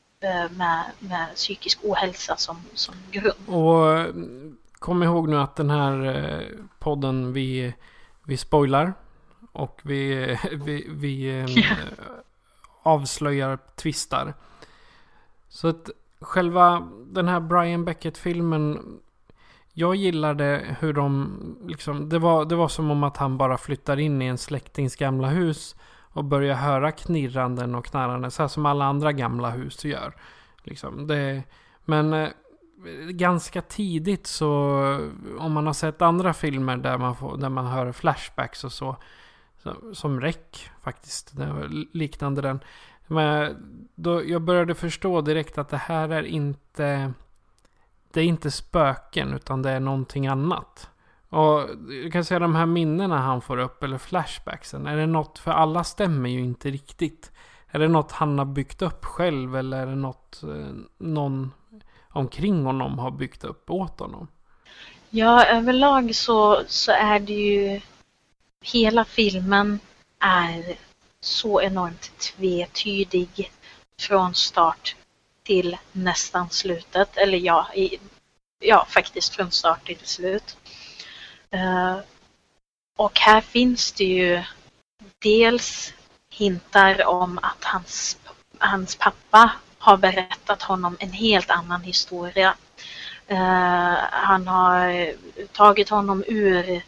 med psykisk ohälsa som grund. Och kom ihåg nu att den här podden vi spoilar och vi avslöjar twistar. Så att själva den här Brian Beckett-filmen, jag gillade hur de liksom, det var som om att han bara flyttar in i en släktings gamla hus och börjar höra knirranden och knarrande så här som alla andra gamla hus gör. Liksom. Men ganska tidigt så, om man har sett andra filmer där man hör flashbacks och så som REC faktiskt, det var liknande den. Men då jag började förstå direkt att det här är inte spöken utan det är någonting annat. Och jag kan säga de här minnena han får upp eller flashbacksen, är det något, för alla stämmer ju inte riktigt. Är det något han har byggt upp själv eller är det något någon omkring honom har byggt upp åt honom? Ja, överlag så är det ju hela filmen är så enormt tvetydig från start till nästan slutet. Eller ja, faktiskt från start till slut. Och här finns det ju dels hintar om att hans pappa har berättat honom en helt annan historia. Han har tagit honom ur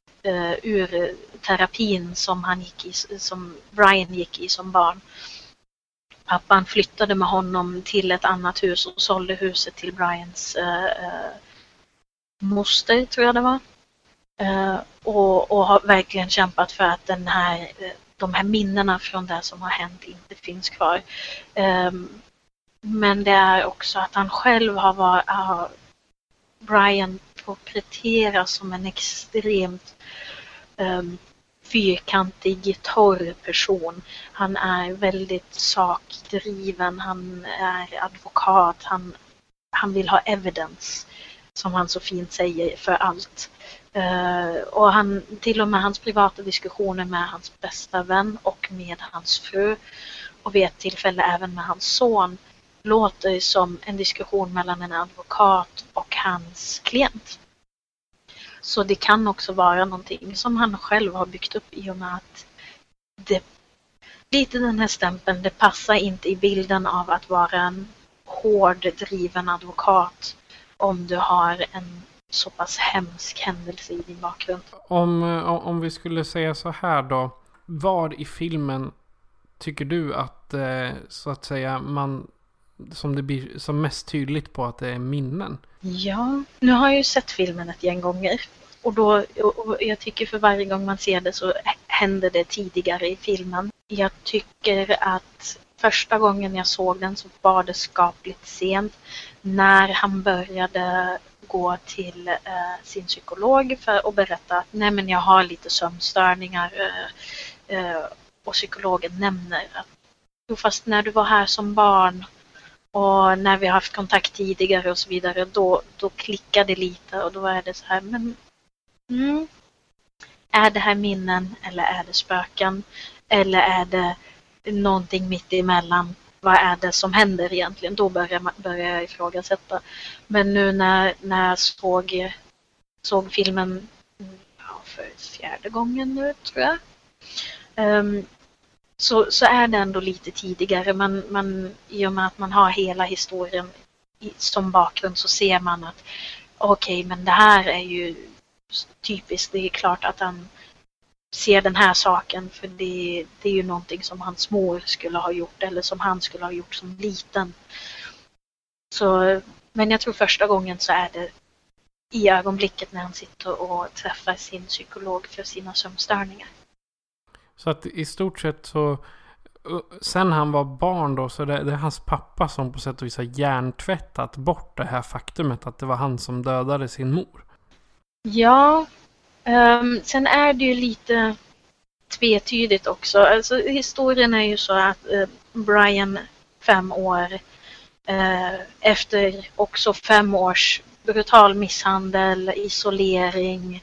terapin som Brian gick i som barn. Pappan flyttade med honom till ett annat hus och sålde huset till Brians moster, tror jag det var. Och har verkligen kämpat för att de här minnena från det som har hänt inte finns kvar. Men det är också att han själv har Brian porträtteras som en extremt fyrkantig, torr person. Han är väldigt sakdriven, han är advokat, han vill ha evidence, som han så fint säger, för allt. Och till och med hans privata diskussioner med hans bästa vän och med hans fru och vid ett tillfälle även med hans son låter som en diskussion mellan en advokat och hans klient. Så det kan också vara någonting som han själv har byggt upp i och med att lite den här stämpeln, det passar inte i bilden av att vara en hård driven advokat om du har en så pass hemsk händelse i din bakgrund. Om vi skulle säga så här då, var i filmen tycker du att så att säga som det blir som mest tydligt på att det är minnen? Ja, nu har jag ju sett filmen ett gäng gånger och jag tycker för varje gång man ser det så händer det tidigare i filmen. Jag tycker att första gången jag såg den så var det skapligt sent när han började gå till sin psykolog för att berätta att nej, men jag har lite sömnstörningar och psykologen nämner att fast när du var här som barn och när vi har haft kontakt tidigare och så vidare då klickade det lite och då är det så här, men är det här minnen eller är det spöken eller är det någonting mitt emellan? Vad är det som händer egentligen? Då börjar jag ifrågasätta. Men nu när jag såg filmen för 4:e gången nu, tror jag. Så är det ändå lite tidigare. I och med att man har hela historien som bakgrund så ser man att okej, men det här är ju typiskt. Det är klart att han ser den här saken för det är ju någonting som hans mor skulle ha gjort eller som han skulle ha gjort som liten. Men jag tror första gången så är det i ögonblicket när han sitter och träffar sin psykolog för sina sömnstörningar. Så att i stort sett så sen han var barn då så det är hans pappa som på sätt och vis har hjärntvättat bort det här faktumet att det var han som dödade sin mor. Ja, sen är det ju lite tvetydigt också. Alltså historien är ju så att Brian 5 år efter också 5 års brutal misshandel, isolering,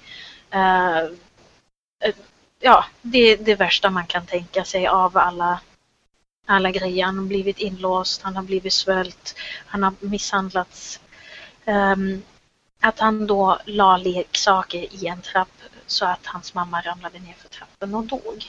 det värsta man kan tänka sig av alla grejer. Han har blivit inlåst, han har blivit svält, han har misshandlats. Att han då la leksaker i en trapp så att hans mamma ramlade ner för trappen och dog.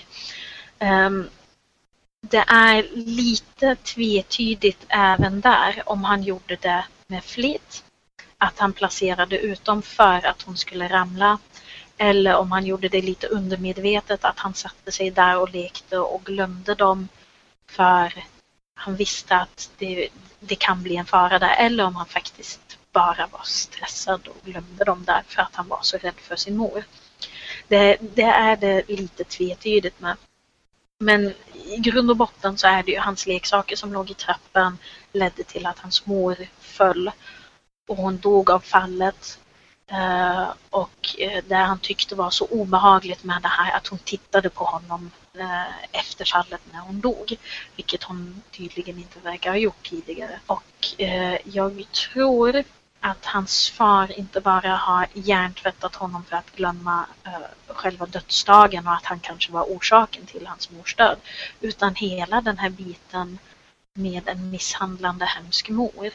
Det är lite tvetydigt även där om han gjorde det med flit. Att han placerade ut dem för att hon skulle ramla. Eller om han gjorde det lite undermedvetet att han satte sig där och lekte och glömde dem för han visste att det kan bli en fara där. Eller om han faktiskt bara var stressad och glömde dem där för att han var så rädd för sin mor. Det är det lite tvetydigt med. Men i grund och botten så är det ju hans leksaker som låg i trappen ledde till att hans mor föll och hon dog av fallet. Och det han tyckte var så obehagligt med det här att hon tittade på honom efter fallet när hon dog, vilket hon tydligen inte verkar ha gjort tidigare. Och jag tror att hans far inte bara har hjärntvättat honom för att glömma själva dödsdagen och att han kanske var orsaken till hans mors död, utan hela den här biten med en misshandlande hemsk mor.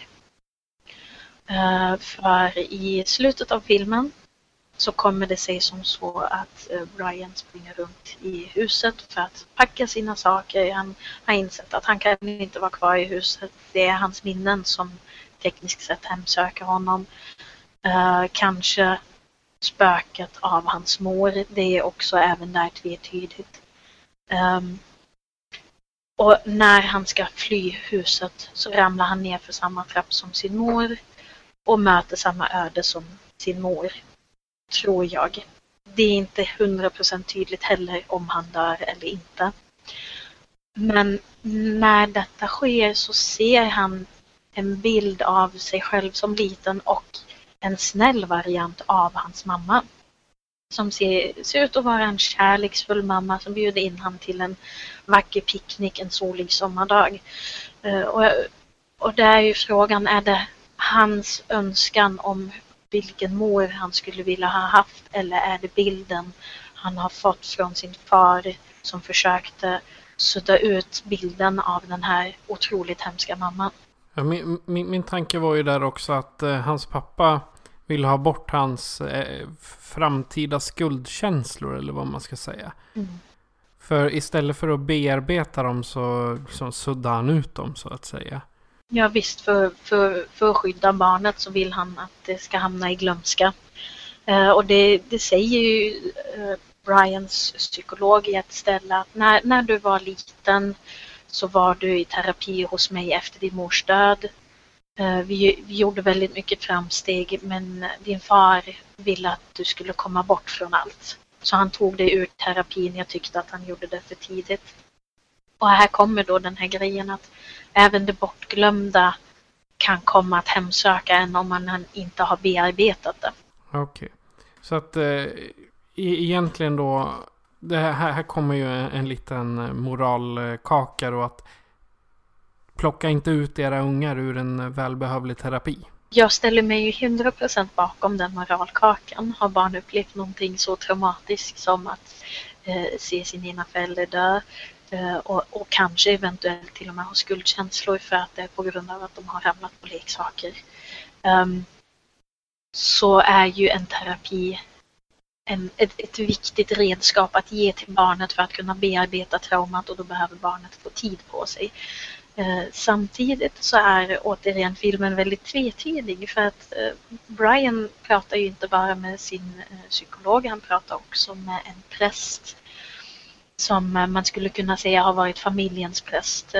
För i slutet av filmen så kommer det sig som så att Brian springer runt i huset för att packa sina saker. Han har insett att han kan inte vara kvar i huset. Det är hans minnen som tekniskt sett hemsöker honom. Kanske spöket av hans mor. Det är också även där tvetydigt. Och när han ska fly huset så ramlar han ner för samma trapp som sin mor och möter samma öde som sin mor, tror jag. Det är inte 100% tydligt heller om han dör eller inte. Men när detta sker så ser han en bild av sig själv som liten och en snäll variant av hans mamma. Som ser ut att vara en kärleksfull mamma som bjuder in han till en vacker picknick en solig sommardag. Och där är ju frågan, är det hans önskan om vilken mor han skulle vilja ha haft, eller är det bilden han har fått från sin far som försökte sudda ut bilden av den här otroligt hemska mamman? Ja, min tanke var ju där också att hans pappa vill ha bort hans framtida skuldkänslor, eller vad man ska säga. Mm. För istället för att bearbeta dem så suddar han ut dem, så att säga. Ja visst, för att skydda barnet så vill han att det ska hamna i glömska. Och det säger ju Brians psykolog i ett ställe att när du var liten så var du i terapi hos mig efter din mors död. Vi gjorde väldigt mycket framsteg, men din far ville att du skulle komma bort från allt. Så han tog dig ur terapin. Jag tyckte att han gjorde det för tidigt. Och här kommer då den här grejen att även det bortglömda kan komma att hemsöka en om man inte har bearbetat det. Okej. Så att egentligen då, det här kommer ju en liten moralkaka då, att plocka inte ut era ungar ur en välbehövlig terapi. Jag ställer mig ju 100% bakom den moralkakan. Har barn upplevt någonting så traumatiskt som att se sin ena förälder dö och kanske eventuellt till och med ha skuldkänslor för att det är på grund av att de har ramlat på leksaker, så är ju en terapi ett viktigt redskap att ge till barnet för att kunna bearbeta traumat, och då behöver barnet få tid på sig. Samtidigt så är återigen filmen väldigt tvetydig, för att Brian pratar ju inte bara med sin psykolog, han pratar också med en präst som man skulle kunna säga har varit familjens präst.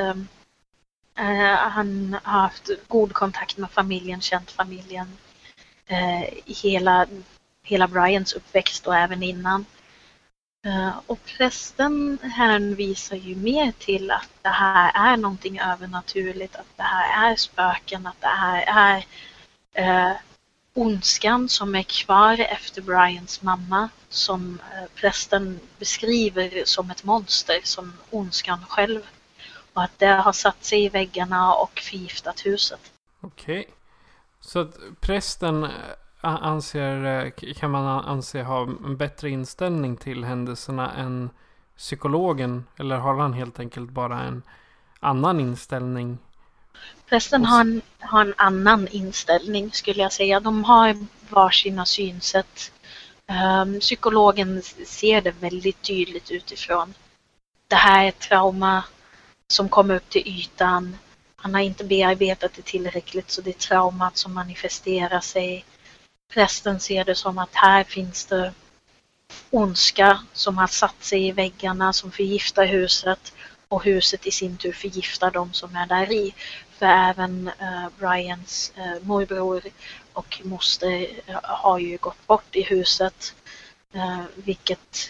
Han har haft god kontakt med familjen, känt familjen i hela Brians uppväxt och även innan. Och prästen hänvisar ju mer till att det här är någonting övernaturligt, att det här är spöken, att det här är ondskan som är kvar efter Brians mamma, som prästen beskriver som ett monster, som ondskan själv, och att det har satt sig i väggarna och förgiftat huset. Okej. Så att prästen kan man anse ha en bättre inställning till händelserna än psykologen, eller har han helt enkelt bara en annan inställning? Prästen har en annan inställning, skulle jag säga. De har varsina synsätt. Psykologen ser det väldigt tydligt utifrån. Det här är ett trauma som kommer upp till ytan. Han har inte bearbetat det tillräckligt, så det är traumat som manifesterar sig. Prästen ser det som att här finns det ondska som har satt sig i väggarna, som förgiftar huset, och huset i sin tur förgiftar de som är där i. För även Brians morbror och moster har ju gått bort i huset, vilket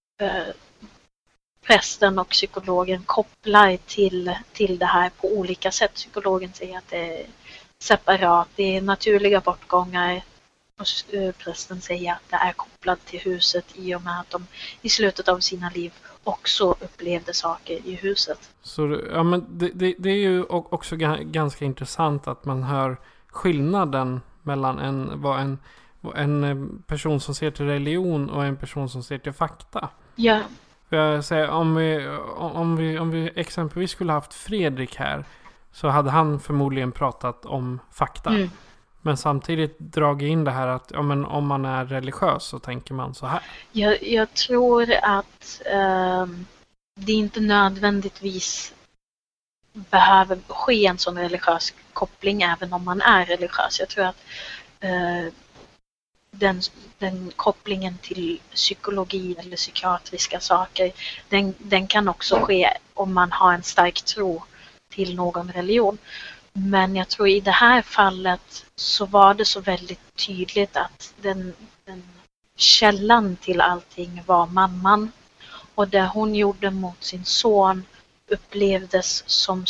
prästen och psykologen kopplar till det här på olika sätt. Psykologen säger att det är separat, det är naturliga bortgångar, och prästen säger att det är kopplat till huset i och med att de i slutet av sina liv också upplevde saker i huset. Så ja, men det är ju också ganska intressant att man hör skillnaden mellan en person som ser till religion och en person som ser till fakta. Ja. Jag säger, om vi exempelvis skulle haft Fredrik här, så hade han förmodligen pratat om fakta. Mm. Men samtidigt dragit in det här att ja, men om man är religiös så tänker man så här. Jag tror att det inte nödvändigtvis behöver ske en sån religiös koppling även om man är religiös. Jag tror att den kopplingen till psykologi eller psykiatriska saker, den kan också ske om man har en stark tro till någon religion. Men jag tror i det här fallet så var det så väldigt tydligt att den källan till allting var mamman. Och det hon gjorde mot sin son upplevdes som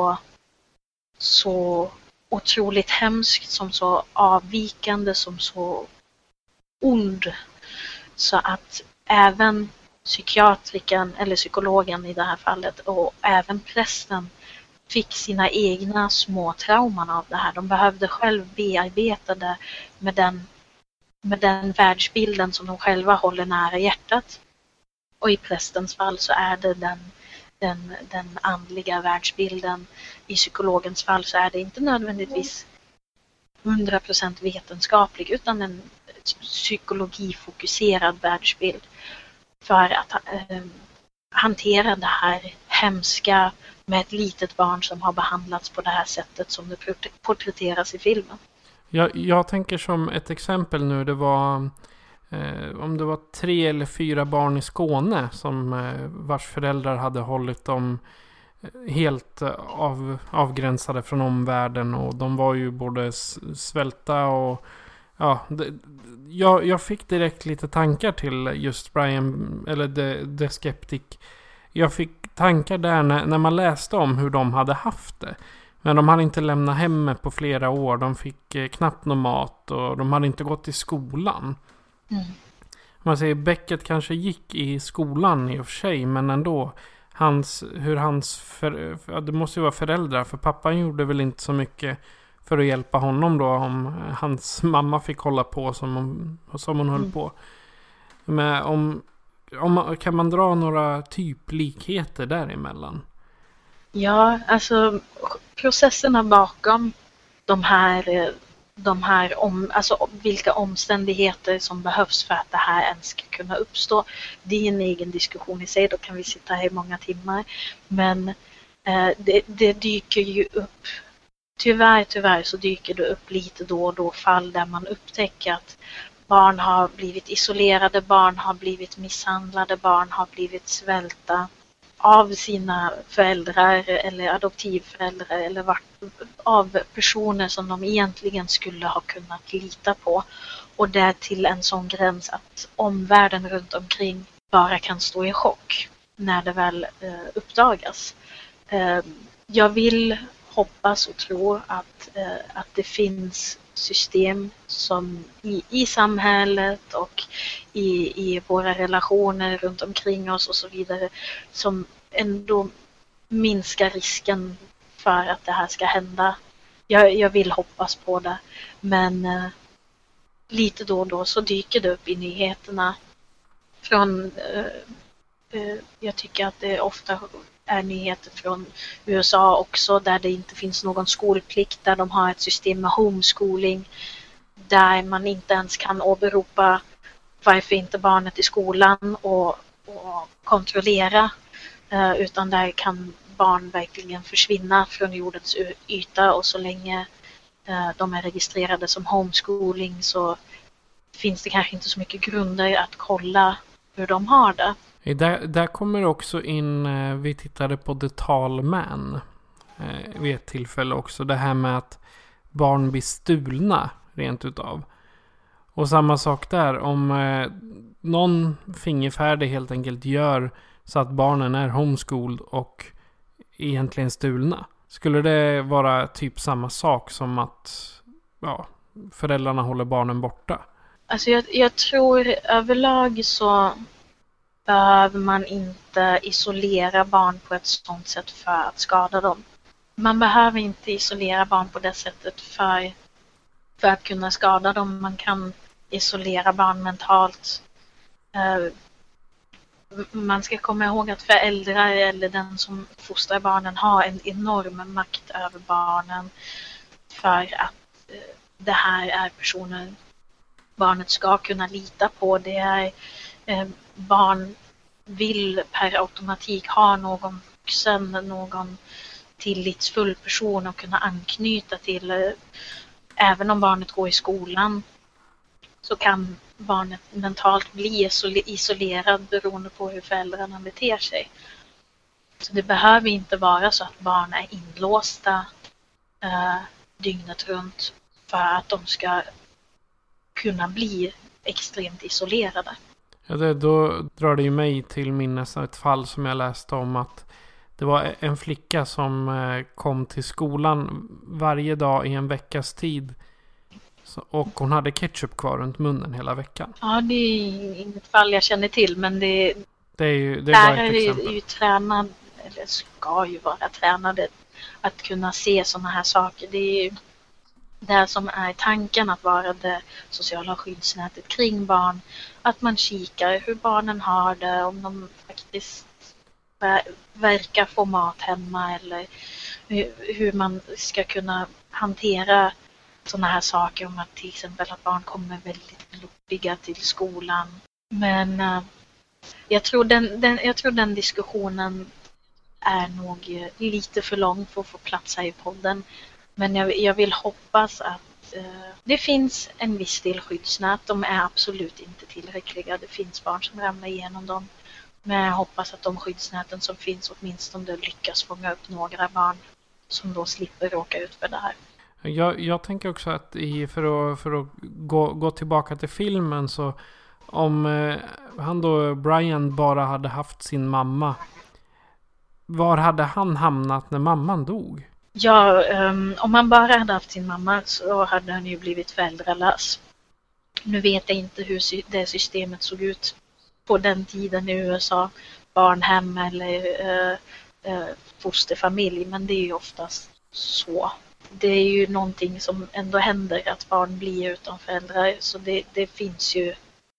så otroligt hemskt, som så avvikande, som så ond. Så att även psykiatriken eller psykologen i det här fallet och även prästen fick sina egna små trauman av det här. De behövde själv bearbeta det med den världsbilden som de själva håller nära hjärtat. Och i prästens fall så är det den andliga världsbilden. I psykologens fall så är det inte nödvändigtvis 100% vetenskaplig utan en psykologifokuserad världsbild för att hantera det här hemska med ett litet barn som har behandlats på det här sättet som det porträtteras i filmen. Jag tänker som ett exempel nu, det var om det var 3 eller 4 barn i Skåne som vars föräldrar hade hållit dem helt avgränsade från omvärlden, och de var ju både svälta och ja, jag fick direkt lite tankar till just Brian eller The Skeptic. Jag fick tankar där när man läste om hur de hade haft det. Men de hade inte lämnat hemmet på flera år. De fick knappt någon mat och de hade inte gått i skolan. Mm. Man säger Beckett kanske gick i skolan i och för sig, men ändå det måste ju vara föräldrar, för pappan gjorde väl inte så mycket för att hjälpa honom då, om hans mamma fick hålla på som hon höll på. Men kan man dra några likheter däremellan? Ja, alltså processerna bakom alltså vilka omständigheter som behövs för att det här ens ska kunna uppstå. Det är en egen diskussion i sig, då kan vi sitta här i många timmar. Men det dyker ju upp, tyvärr så dyker det upp lite då och då fall där man upptäcker att barn har blivit isolerade, barn har blivit misshandlade, barn har blivit svälta av sina föräldrar eller adoptivföräldrar eller av personer som de egentligen skulle ha kunnat lita på. Och det är till en sån gräns att omvärlden runt omkring bara kan stå i chock när det väl uppdagas. Jag vill hoppas och tro att det finns system som i samhället och i våra relationer runt omkring oss och så vidare som ändå minskar risken för att det här ska hända. Jag vill hoppas på det, men lite då och då så dyker det upp i nyheterna från jag tycker att det ofta är nyheter från USA också, där det inte finns någon skolplikt, där de har ett system med homeschooling där man inte ens kan åberopa varför inte barnet i skolan och kontrollera, utan där kan barn verkligen försvinna från jordens yta, och så länge de är registrerade som homeschooling så finns det kanske inte så mycket grunder att kolla hur de har det. Där kommer också in, vi tittade på The Tall Man vid ett tillfälle också, det här med att barn blir stulna rent utav. Och samma sak där, om någon fingerfärdig helt enkelt gör så att barnen är homeschooled och egentligen stulna. Skulle det vara typ samma sak som att föräldrarna håller barnen borta? Alltså jag tror överlag så behöver man inte isolera barn på ett sådant sätt för att skada dem. Man behöver inte isolera barn på det sättet för att kunna skada dem. Man kan isolera barn mentalt. Man ska komma ihåg att föräldrar eller den som fostrar barnen har en enorm makt över barnen, för att det här är personer barnet ska kunna lita på. Det är barn vill per automatik ha någon vuxen, någon tillitsfull person att kunna anknyta till. Även om barnet går i skolan så kan barnet mentalt bli isolerad beroende på hur föräldrarna beter sig. Så det behöver inte vara så att barn är inlåsta dygnet runt för att de ska kunna bli extremt isolerade. Ja, då drar det ju mig till minnes ett fall som jag läste om, att det var en flicka som kom till skolan varje dag i en veckas tid. Och hon hade ketchup kvar runt munnen hela veckan. Ja, det är inget fall jag känner till, men det är bara ett exempel. Är ju tränad, eller ska ju vara tränade att kunna se sådana här saker. Det är ju det som är tanken, att vara det sociala skyddsnätet kring barn. Att man kikar hur barnen har det, om de faktiskt verkar få mat hemma, eller hur man ska kunna hantera sådana här saker, om att till exempel att barn kommer väldigt loppiga till skolan. Men jag tror den diskussionen är nog lite för lång för att få plats här i podden. Men jag vill hoppas att det finns en viss del skyddsnät. De är absolut inte tillräckliga. Det finns barn som ramlar igenom dem. Men jag hoppas att de skyddsnäten som finns åtminstone lyckas fånga upp några barn som då slipper råka ut för det här. Jag tänker också att för att gå tillbaka till filmen, så om han då, Brian, bara hade haft sin mamma, var hade han hamnat när mamman dog? Ja, om han bara hade haft sin mamma så hade han ju blivit föräldralös. Nu vet jag inte hur det systemet såg ut på den tiden i USA, barnhem eller fosterfamilj, men det är ju oftast så. Det är ju någonting som ändå händer, att barn blir utan föräldrar, så det finns ju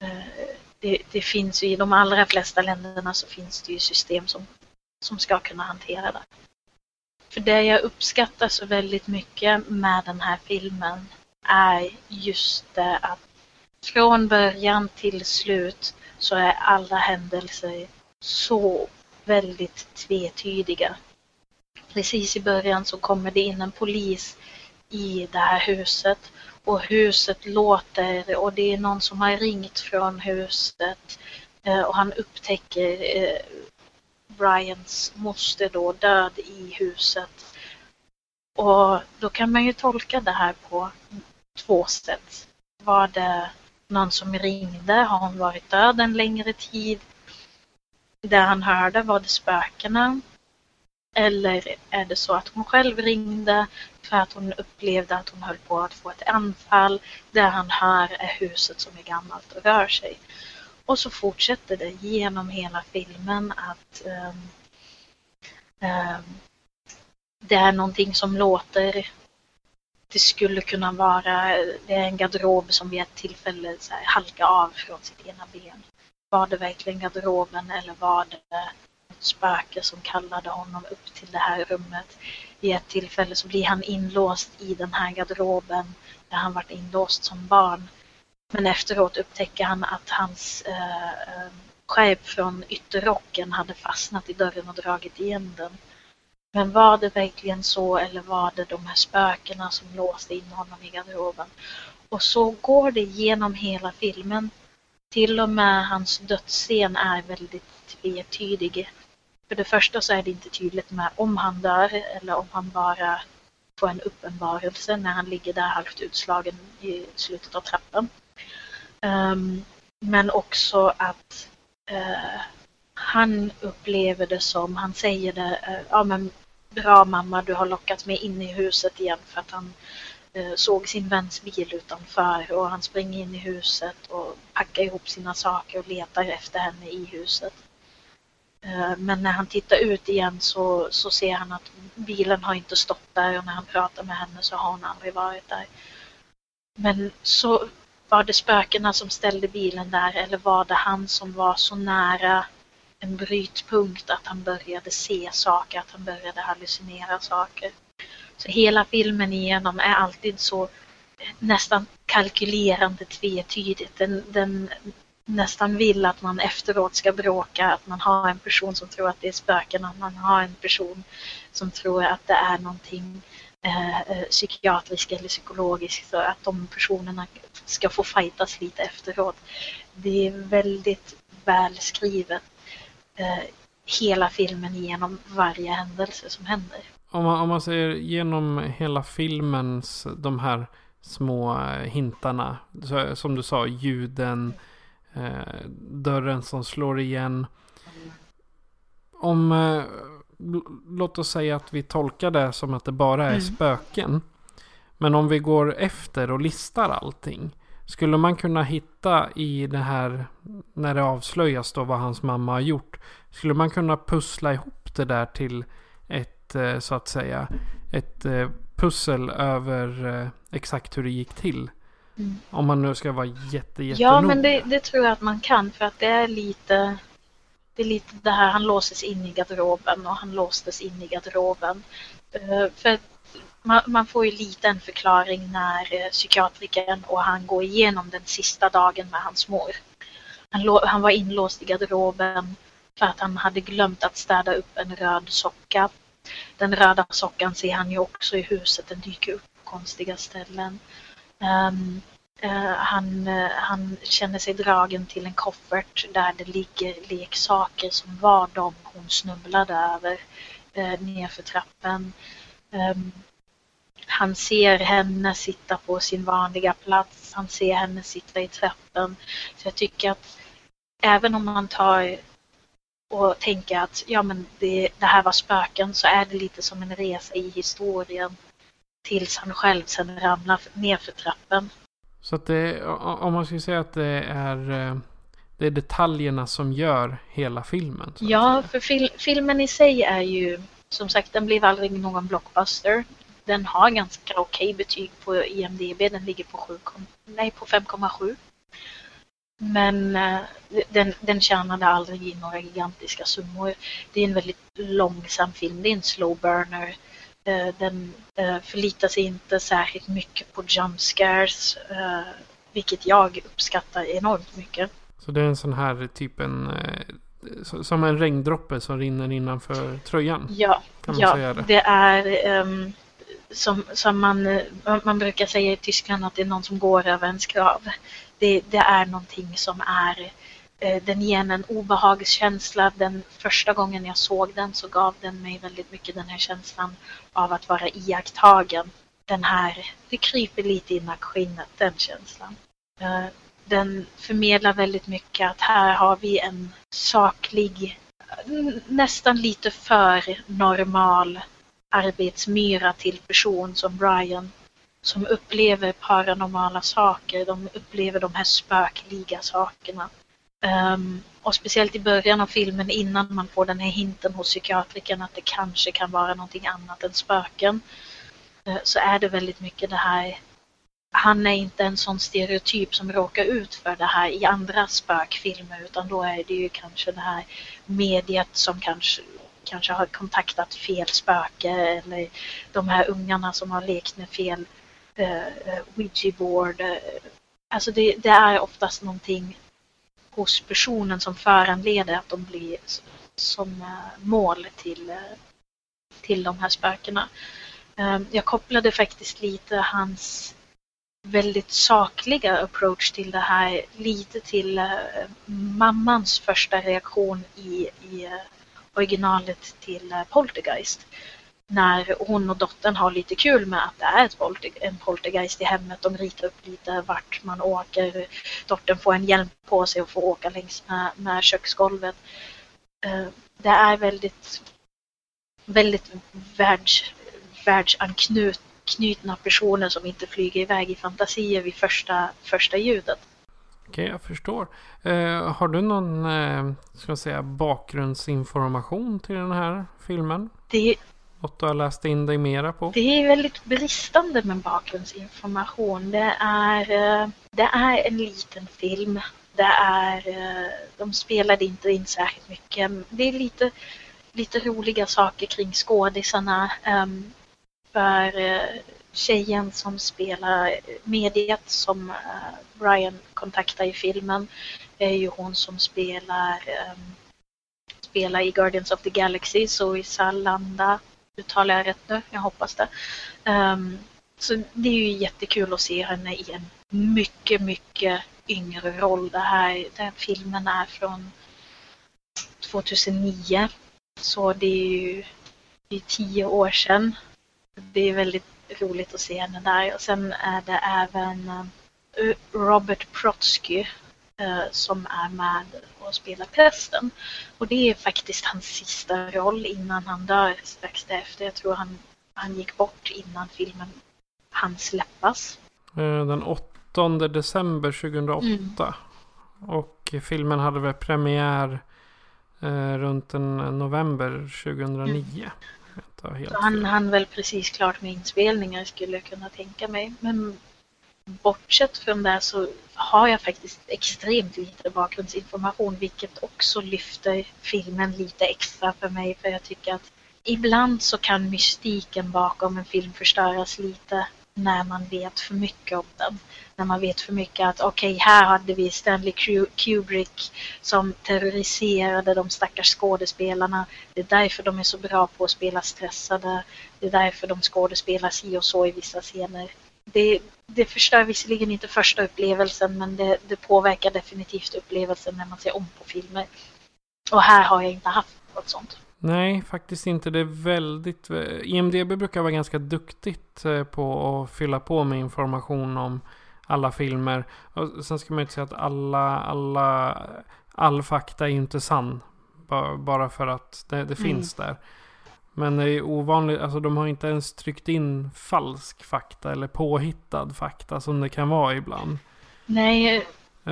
det finns ju i de allra flesta länderna, så finns det ju system som ska kunna hantera det. För det jag uppskattar så väldigt mycket med den här filmen är just det att från början till slut så är alla händelser så väldigt tvetydiga. Precis i början så kommer det in en polis i det här huset, och huset låter, och det är någon som har ringt från huset, och han upptäcker Brians moster då död i huset. Och då kan man ju tolka det här på två sätt. Var det någon som ringde? Har hon varit död en längre tid? Det han hörde, var det spökena? Eller är det så att hon själv ringde för att hon upplevde att hon höll på att få ett anfall? Det han hör är huset som är gammalt och rör sig. Och så fortsätter det genom hela filmen att det är någonting som låter. Det skulle kunna vara, det är en garderob som vid ett tillfälle så här halkar av från sitt ena ben. Var det verkligen garderoben, eller var det ett spöke som kallade honom upp till det här rummet? Vid ett tillfälle så blir han inlåst i den här garderoben där han varit inlåst som barn. Men efteråt upptäcker han att hans skärp från ytterrocken hade fastnat i dörren och dragit igen den. Men var det verkligen så, eller var det de här spökena som låste in honom i garderoben? Och så går det genom hela filmen. Till och med hans dödsscen är väldigt tvetydig. För det första så är det inte tydligt med om han dör eller om han bara får en uppenbarelse när han ligger där halvt utslagen i slutet av trappan. Men också att han upplever det som, han säger det, ja men bra mamma, du har lockat mig in i huset igen, för att han såg sin väns bil utanför, och han springer in i huset och packa ihop sina saker och letar efter henne i huset. Men när han tittar ut igen så ser han att bilen har inte stått där, och när han pratar med henne så har hon aldrig varit där. Men så var det spökena som ställde bilen där, eller var det han som var så nära en brytpunkt att han började se saker, att han började hallucinera saker. Så hela filmen igenom är alltid så nästan kalkylerande tvetydigt. Den nästan vill att man efteråt ska bråka, att man har en person som tror att det är spöken, att man har en person som tror att det är någonting psykiatriskt eller psykologiskt, så att de personerna ska få fightas lite efteråt. Det är väldigt välskrivet hela filmen igenom varje händelse som händer. Om man ser genom hela filmens de här små hintarna, som du sa, ljuden, dörren som slår igen. Låt oss säga att vi tolkar det som att det bara är spöken. Men om vi går efter och listar allting, skulle man kunna hitta i det här, när det avslöjas då vad hans mamma har gjort, skulle man kunna pussla ihop det där till ett, så att säga, ett pussel över exakt hur det gick till? Om man nu ska vara jättenoga. Ja, men det tror jag att man kan, för att det är lite det här, han låses in i garderoben och han låstes in i garderoben. För man får ju lite en förklaring när psykiatrikern och han går igenom den sista dagen med hans mor. Han var inlåst i garderoben för att han hade glömt att städa upp en röd socka. Den röda sockan ser han ju också i huset, den dyker upp på konstiga ställen. Han känner sig dragen till en koffert där det ligger leksaker som var de hon snubblade över nerför trappen. Han ser henne sitta på sin vanliga plats. Han ser henne sitta i trappen. Så jag tycker att även om man tar och tänker att ja, men det här var spöken, så är det lite som en resa i historien tills han själv sen ramlar ner för trappen. Så att om man skulle säga att det är detaljerna som gör hela filmen. Ja, för filmen i sig är ju, som sagt, den blev aldrig någon blockbuster. Den har ganska okej betyg på IMDb. Den ligger på 5,7. Men den tjänade aldrig i några gigantiska summor. Det är en väldigt långsam film. Det är en slow burner. Den förlitar sig inte särskilt mycket på jump scares, vilket jag uppskattar enormt mycket. Så det är en sån här typen som en regndroppe som rinner innanför tröjan? Ja, kan man säga det är som man brukar säga i Tyskland, att det är någon som går över ens krav. Det är någonting som är, den ger en obehagskänsla. Den första gången jag såg den så gav den mig väldigt mycket den här känslan av att vara iakttagen. Det kryper lite i nackskinnet, den känslan. Den förmedlar väldigt mycket att här har vi en saklig, nästan lite för normal arbetsmyra till person som Brian, som upplever paranormala saker. De upplever de här spökliga sakerna. Och speciellt i början av filmen, innan man får den här hinten hos psykiatrikern att det kanske kan vara någonting annat än spöken, så är det väldigt mycket det här. Han är inte en sån stereotyp som råkar ut för det här i andra spökfilmer, utan då är det ju kanske det här mediet som kanske har kontaktat fel spöke, eller de här ungarna som har lekt med fel Ouija board. Alltså det är oftast någonting hos personen som föranleder att de blir som mål till de här spökena. Jag kopplade faktiskt lite hans väldigt sakliga approach till det här lite till mammans första reaktion i originalet till Poltergeist. När hon och dottern har lite kul med att det är en poltergeist i hemmet. De ritar upp lite vart man åker. Dottern får en hjälm på sig och får åka längs med köksgolvet. Det är väldigt, väldigt världsanknutna personer som inte flyger iväg i fantasier vid första ljudet. Okej, jag förstår. Har du någon ska jag säga, bakgrundsinformation till den här filmen? Något du har läst in dig mera på? Det är väldigt bristande med bakgrundsinformation. Det är en liten film. De spelade inte in särskilt mycket. Det är lite roliga saker kring skådisarna. För tjejen som spelar mediet som Brian kontaktar i filmen är ju hon som spelar i Guardians of the Galaxy, så i Salanda. Uttalar jag rätt nu? Jag hoppas det. Så det är ju jättekul att se henne i en mycket, mycket yngre roll. Den här filmen är från 2009. Så det är ju 10 år sedan. Det är väldigt roligt att se henne där. Och sen är det även Robert Protsky som är med och spelar prästen. Och det är faktiskt hans sista roll innan han dör strax därefter. Jag tror han gick bort innan filmen hann släppas. Den 8 december 2008. Och filmen hade väl premiär runt november 2009. Så han väl precis klart med inspelningar, skulle jag kunna tänka mig. Men bortsett från det så har jag faktiskt extremt lite bakgrundsinformation, vilket också lyfter filmen lite extra för mig. För jag tycker att ibland så kan mystiken bakom en film förstöras lite när man vet för mycket om den. När man vet för mycket att okej, här hade vi Stanley Kubrick som terroriserade de stackars skådespelarna. Det är därför de är så bra på att spela stressade. Det är därför de skådespelar si och så i vissa scener. Det förstör visserligen inte första upplevelsen, men det påverkar definitivt upplevelsen när man ser om på filmer. Och här har jag inte haft något sånt. Nej, faktiskt inte. Det är väldigt... IMDb brukar vara ganska duktigt på att fylla på med information om alla filmer. Och sen ska man inte säga att all fakta är inte sann. Bara för att det finns där. Men det är ovanligt, alltså de har inte ens tryckt in falsk fakta eller påhittad fakta som det kan vara ibland. Nej.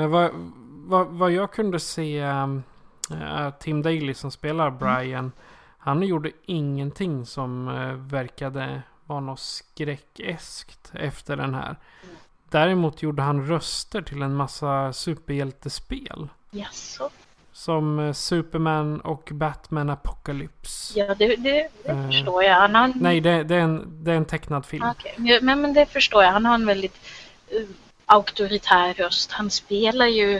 Vad jag kunde se, Tim Daly som spelar Brian, han gjorde ingenting som verkade vara något skräckeskt efter den här. Däremot gjorde han röster till en massa superhjältespel. Jaså? Som Superman och Batman Apocalypse. Ja, det förstår jag. Nej, det är en tecknad film. Okay. Men det förstår jag. Han har en väldigt auktoritär röst. Han spelar ju...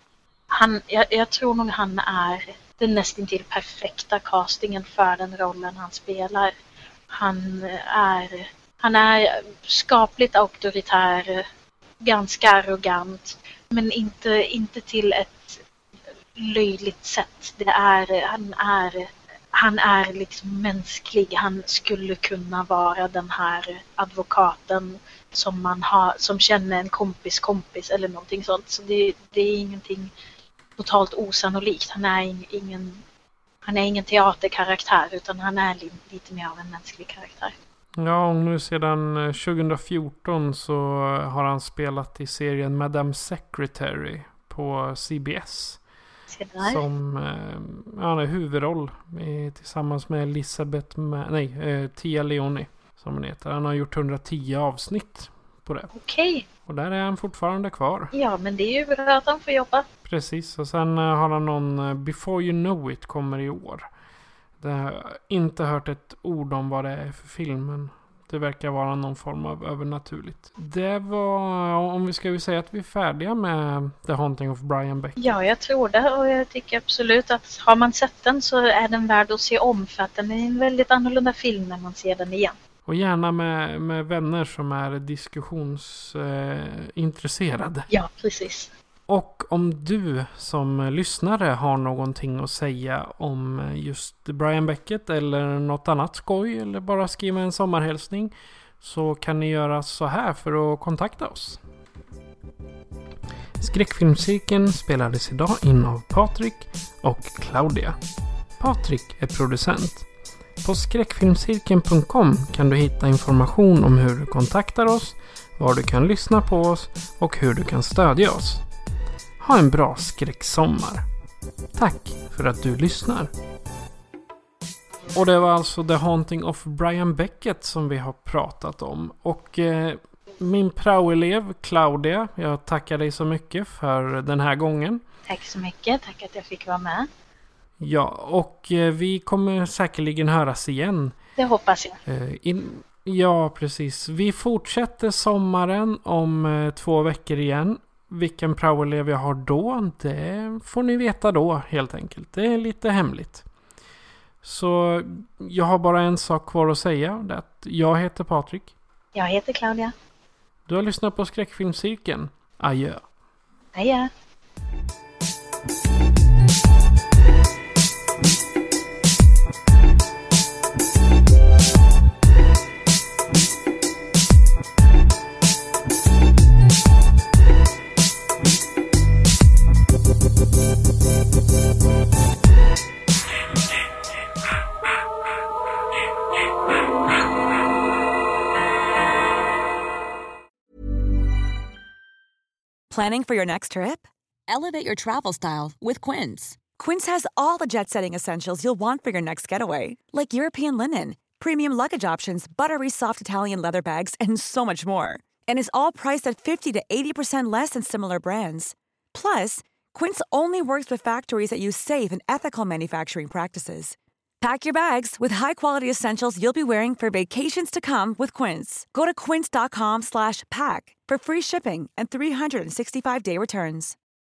Jag tror nog han är den nästintill perfekta castingen för den rollen han spelar. Han är skapligt auktoritär, ganska arrogant, men inte till ett löjligt sätt. Han är liksom mänsklig. Han skulle kunna vara den här advokaten som känner en kompis eller någonting sånt. Så det är ingenting totalt osannolikt. Han är ingen teaterkaraktär, utan han är lite mer av en mänsklig karaktär. Ja, och nu sedan 2014 så har han spelat i serien Madame Secretary på CBS. Som han är huvudroll tillsammans med Tia Leoni som hon heter. Han har gjort 110 avsnitt på det. Okej. Och där är han fortfarande kvar. Ja, men det är ju bra att han får jobba. Precis, och sen har han någon Before You Know It kommer i år. Det har jag inte hört ett ord om vad det är för filmen. Det verkar vara någon form av övernaturligt. Det var, om vi ska säga att vi är färdiga med The Haunting of Brian Beck. Ja, jag tror det, och jag tycker absolut att har man sett den så är den värd att se om, för att den är en väldigt annorlunda film när man ser den igen. Och gärna med vänner som är diskussionsintresserade. Ja, precis. Och om du som lyssnare har någonting att säga om just Brian Beckett eller något annat skoj eller bara skriva en sommarhälsning, så kan ni göra så här för att kontakta oss. Skräckfilmscirkeln spelades idag in av Patrik och Claudia. Patrik är producent. På skräckfilmscirkeln.com kan du hitta information om hur du kontaktar oss, var du kan lyssna på oss och hur du kan stödja oss. ha en bra skräcksommar. Tack för att du lyssnar. Och det var alltså The Haunting of Brian Beckett som vi har pratat om. Och min praoelev Claudia, jag tackar dig så mycket för den här gången. Tack så mycket, tack att jag fick vara med. Ja, och vi kommer säkerligen höras igen. Det hoppas jag. Ja, precis. Vi fortsätter sommaren om 2 veckor igen. Vilken praoelev jag har då, det får ni veta då helt enkelt. Det är lite hemligt. Så jag har bara en sak kvar att säga. Det att jag heter Patrik. Jag heter Claudia. Du har lyssnat på Skräckfilmscirkeln. Adjö. Adjö. Planning for your next trip? Elevate your travel style with Quince. Quince has all the jet-setting essentials you'll want for your next getaway, like European linen, premium luggage options, buttery soft Italian leather bags, and so much more. And is all priced at 50 to 80% less than similar brands. Plus, Quince only works with factories that use safe and ethical manufacturing practices. Pack your bags with high-quality essentials you'll be wearing for vacations to come with Quince. Go to quince.com/pack for free shipping and 365-day returns.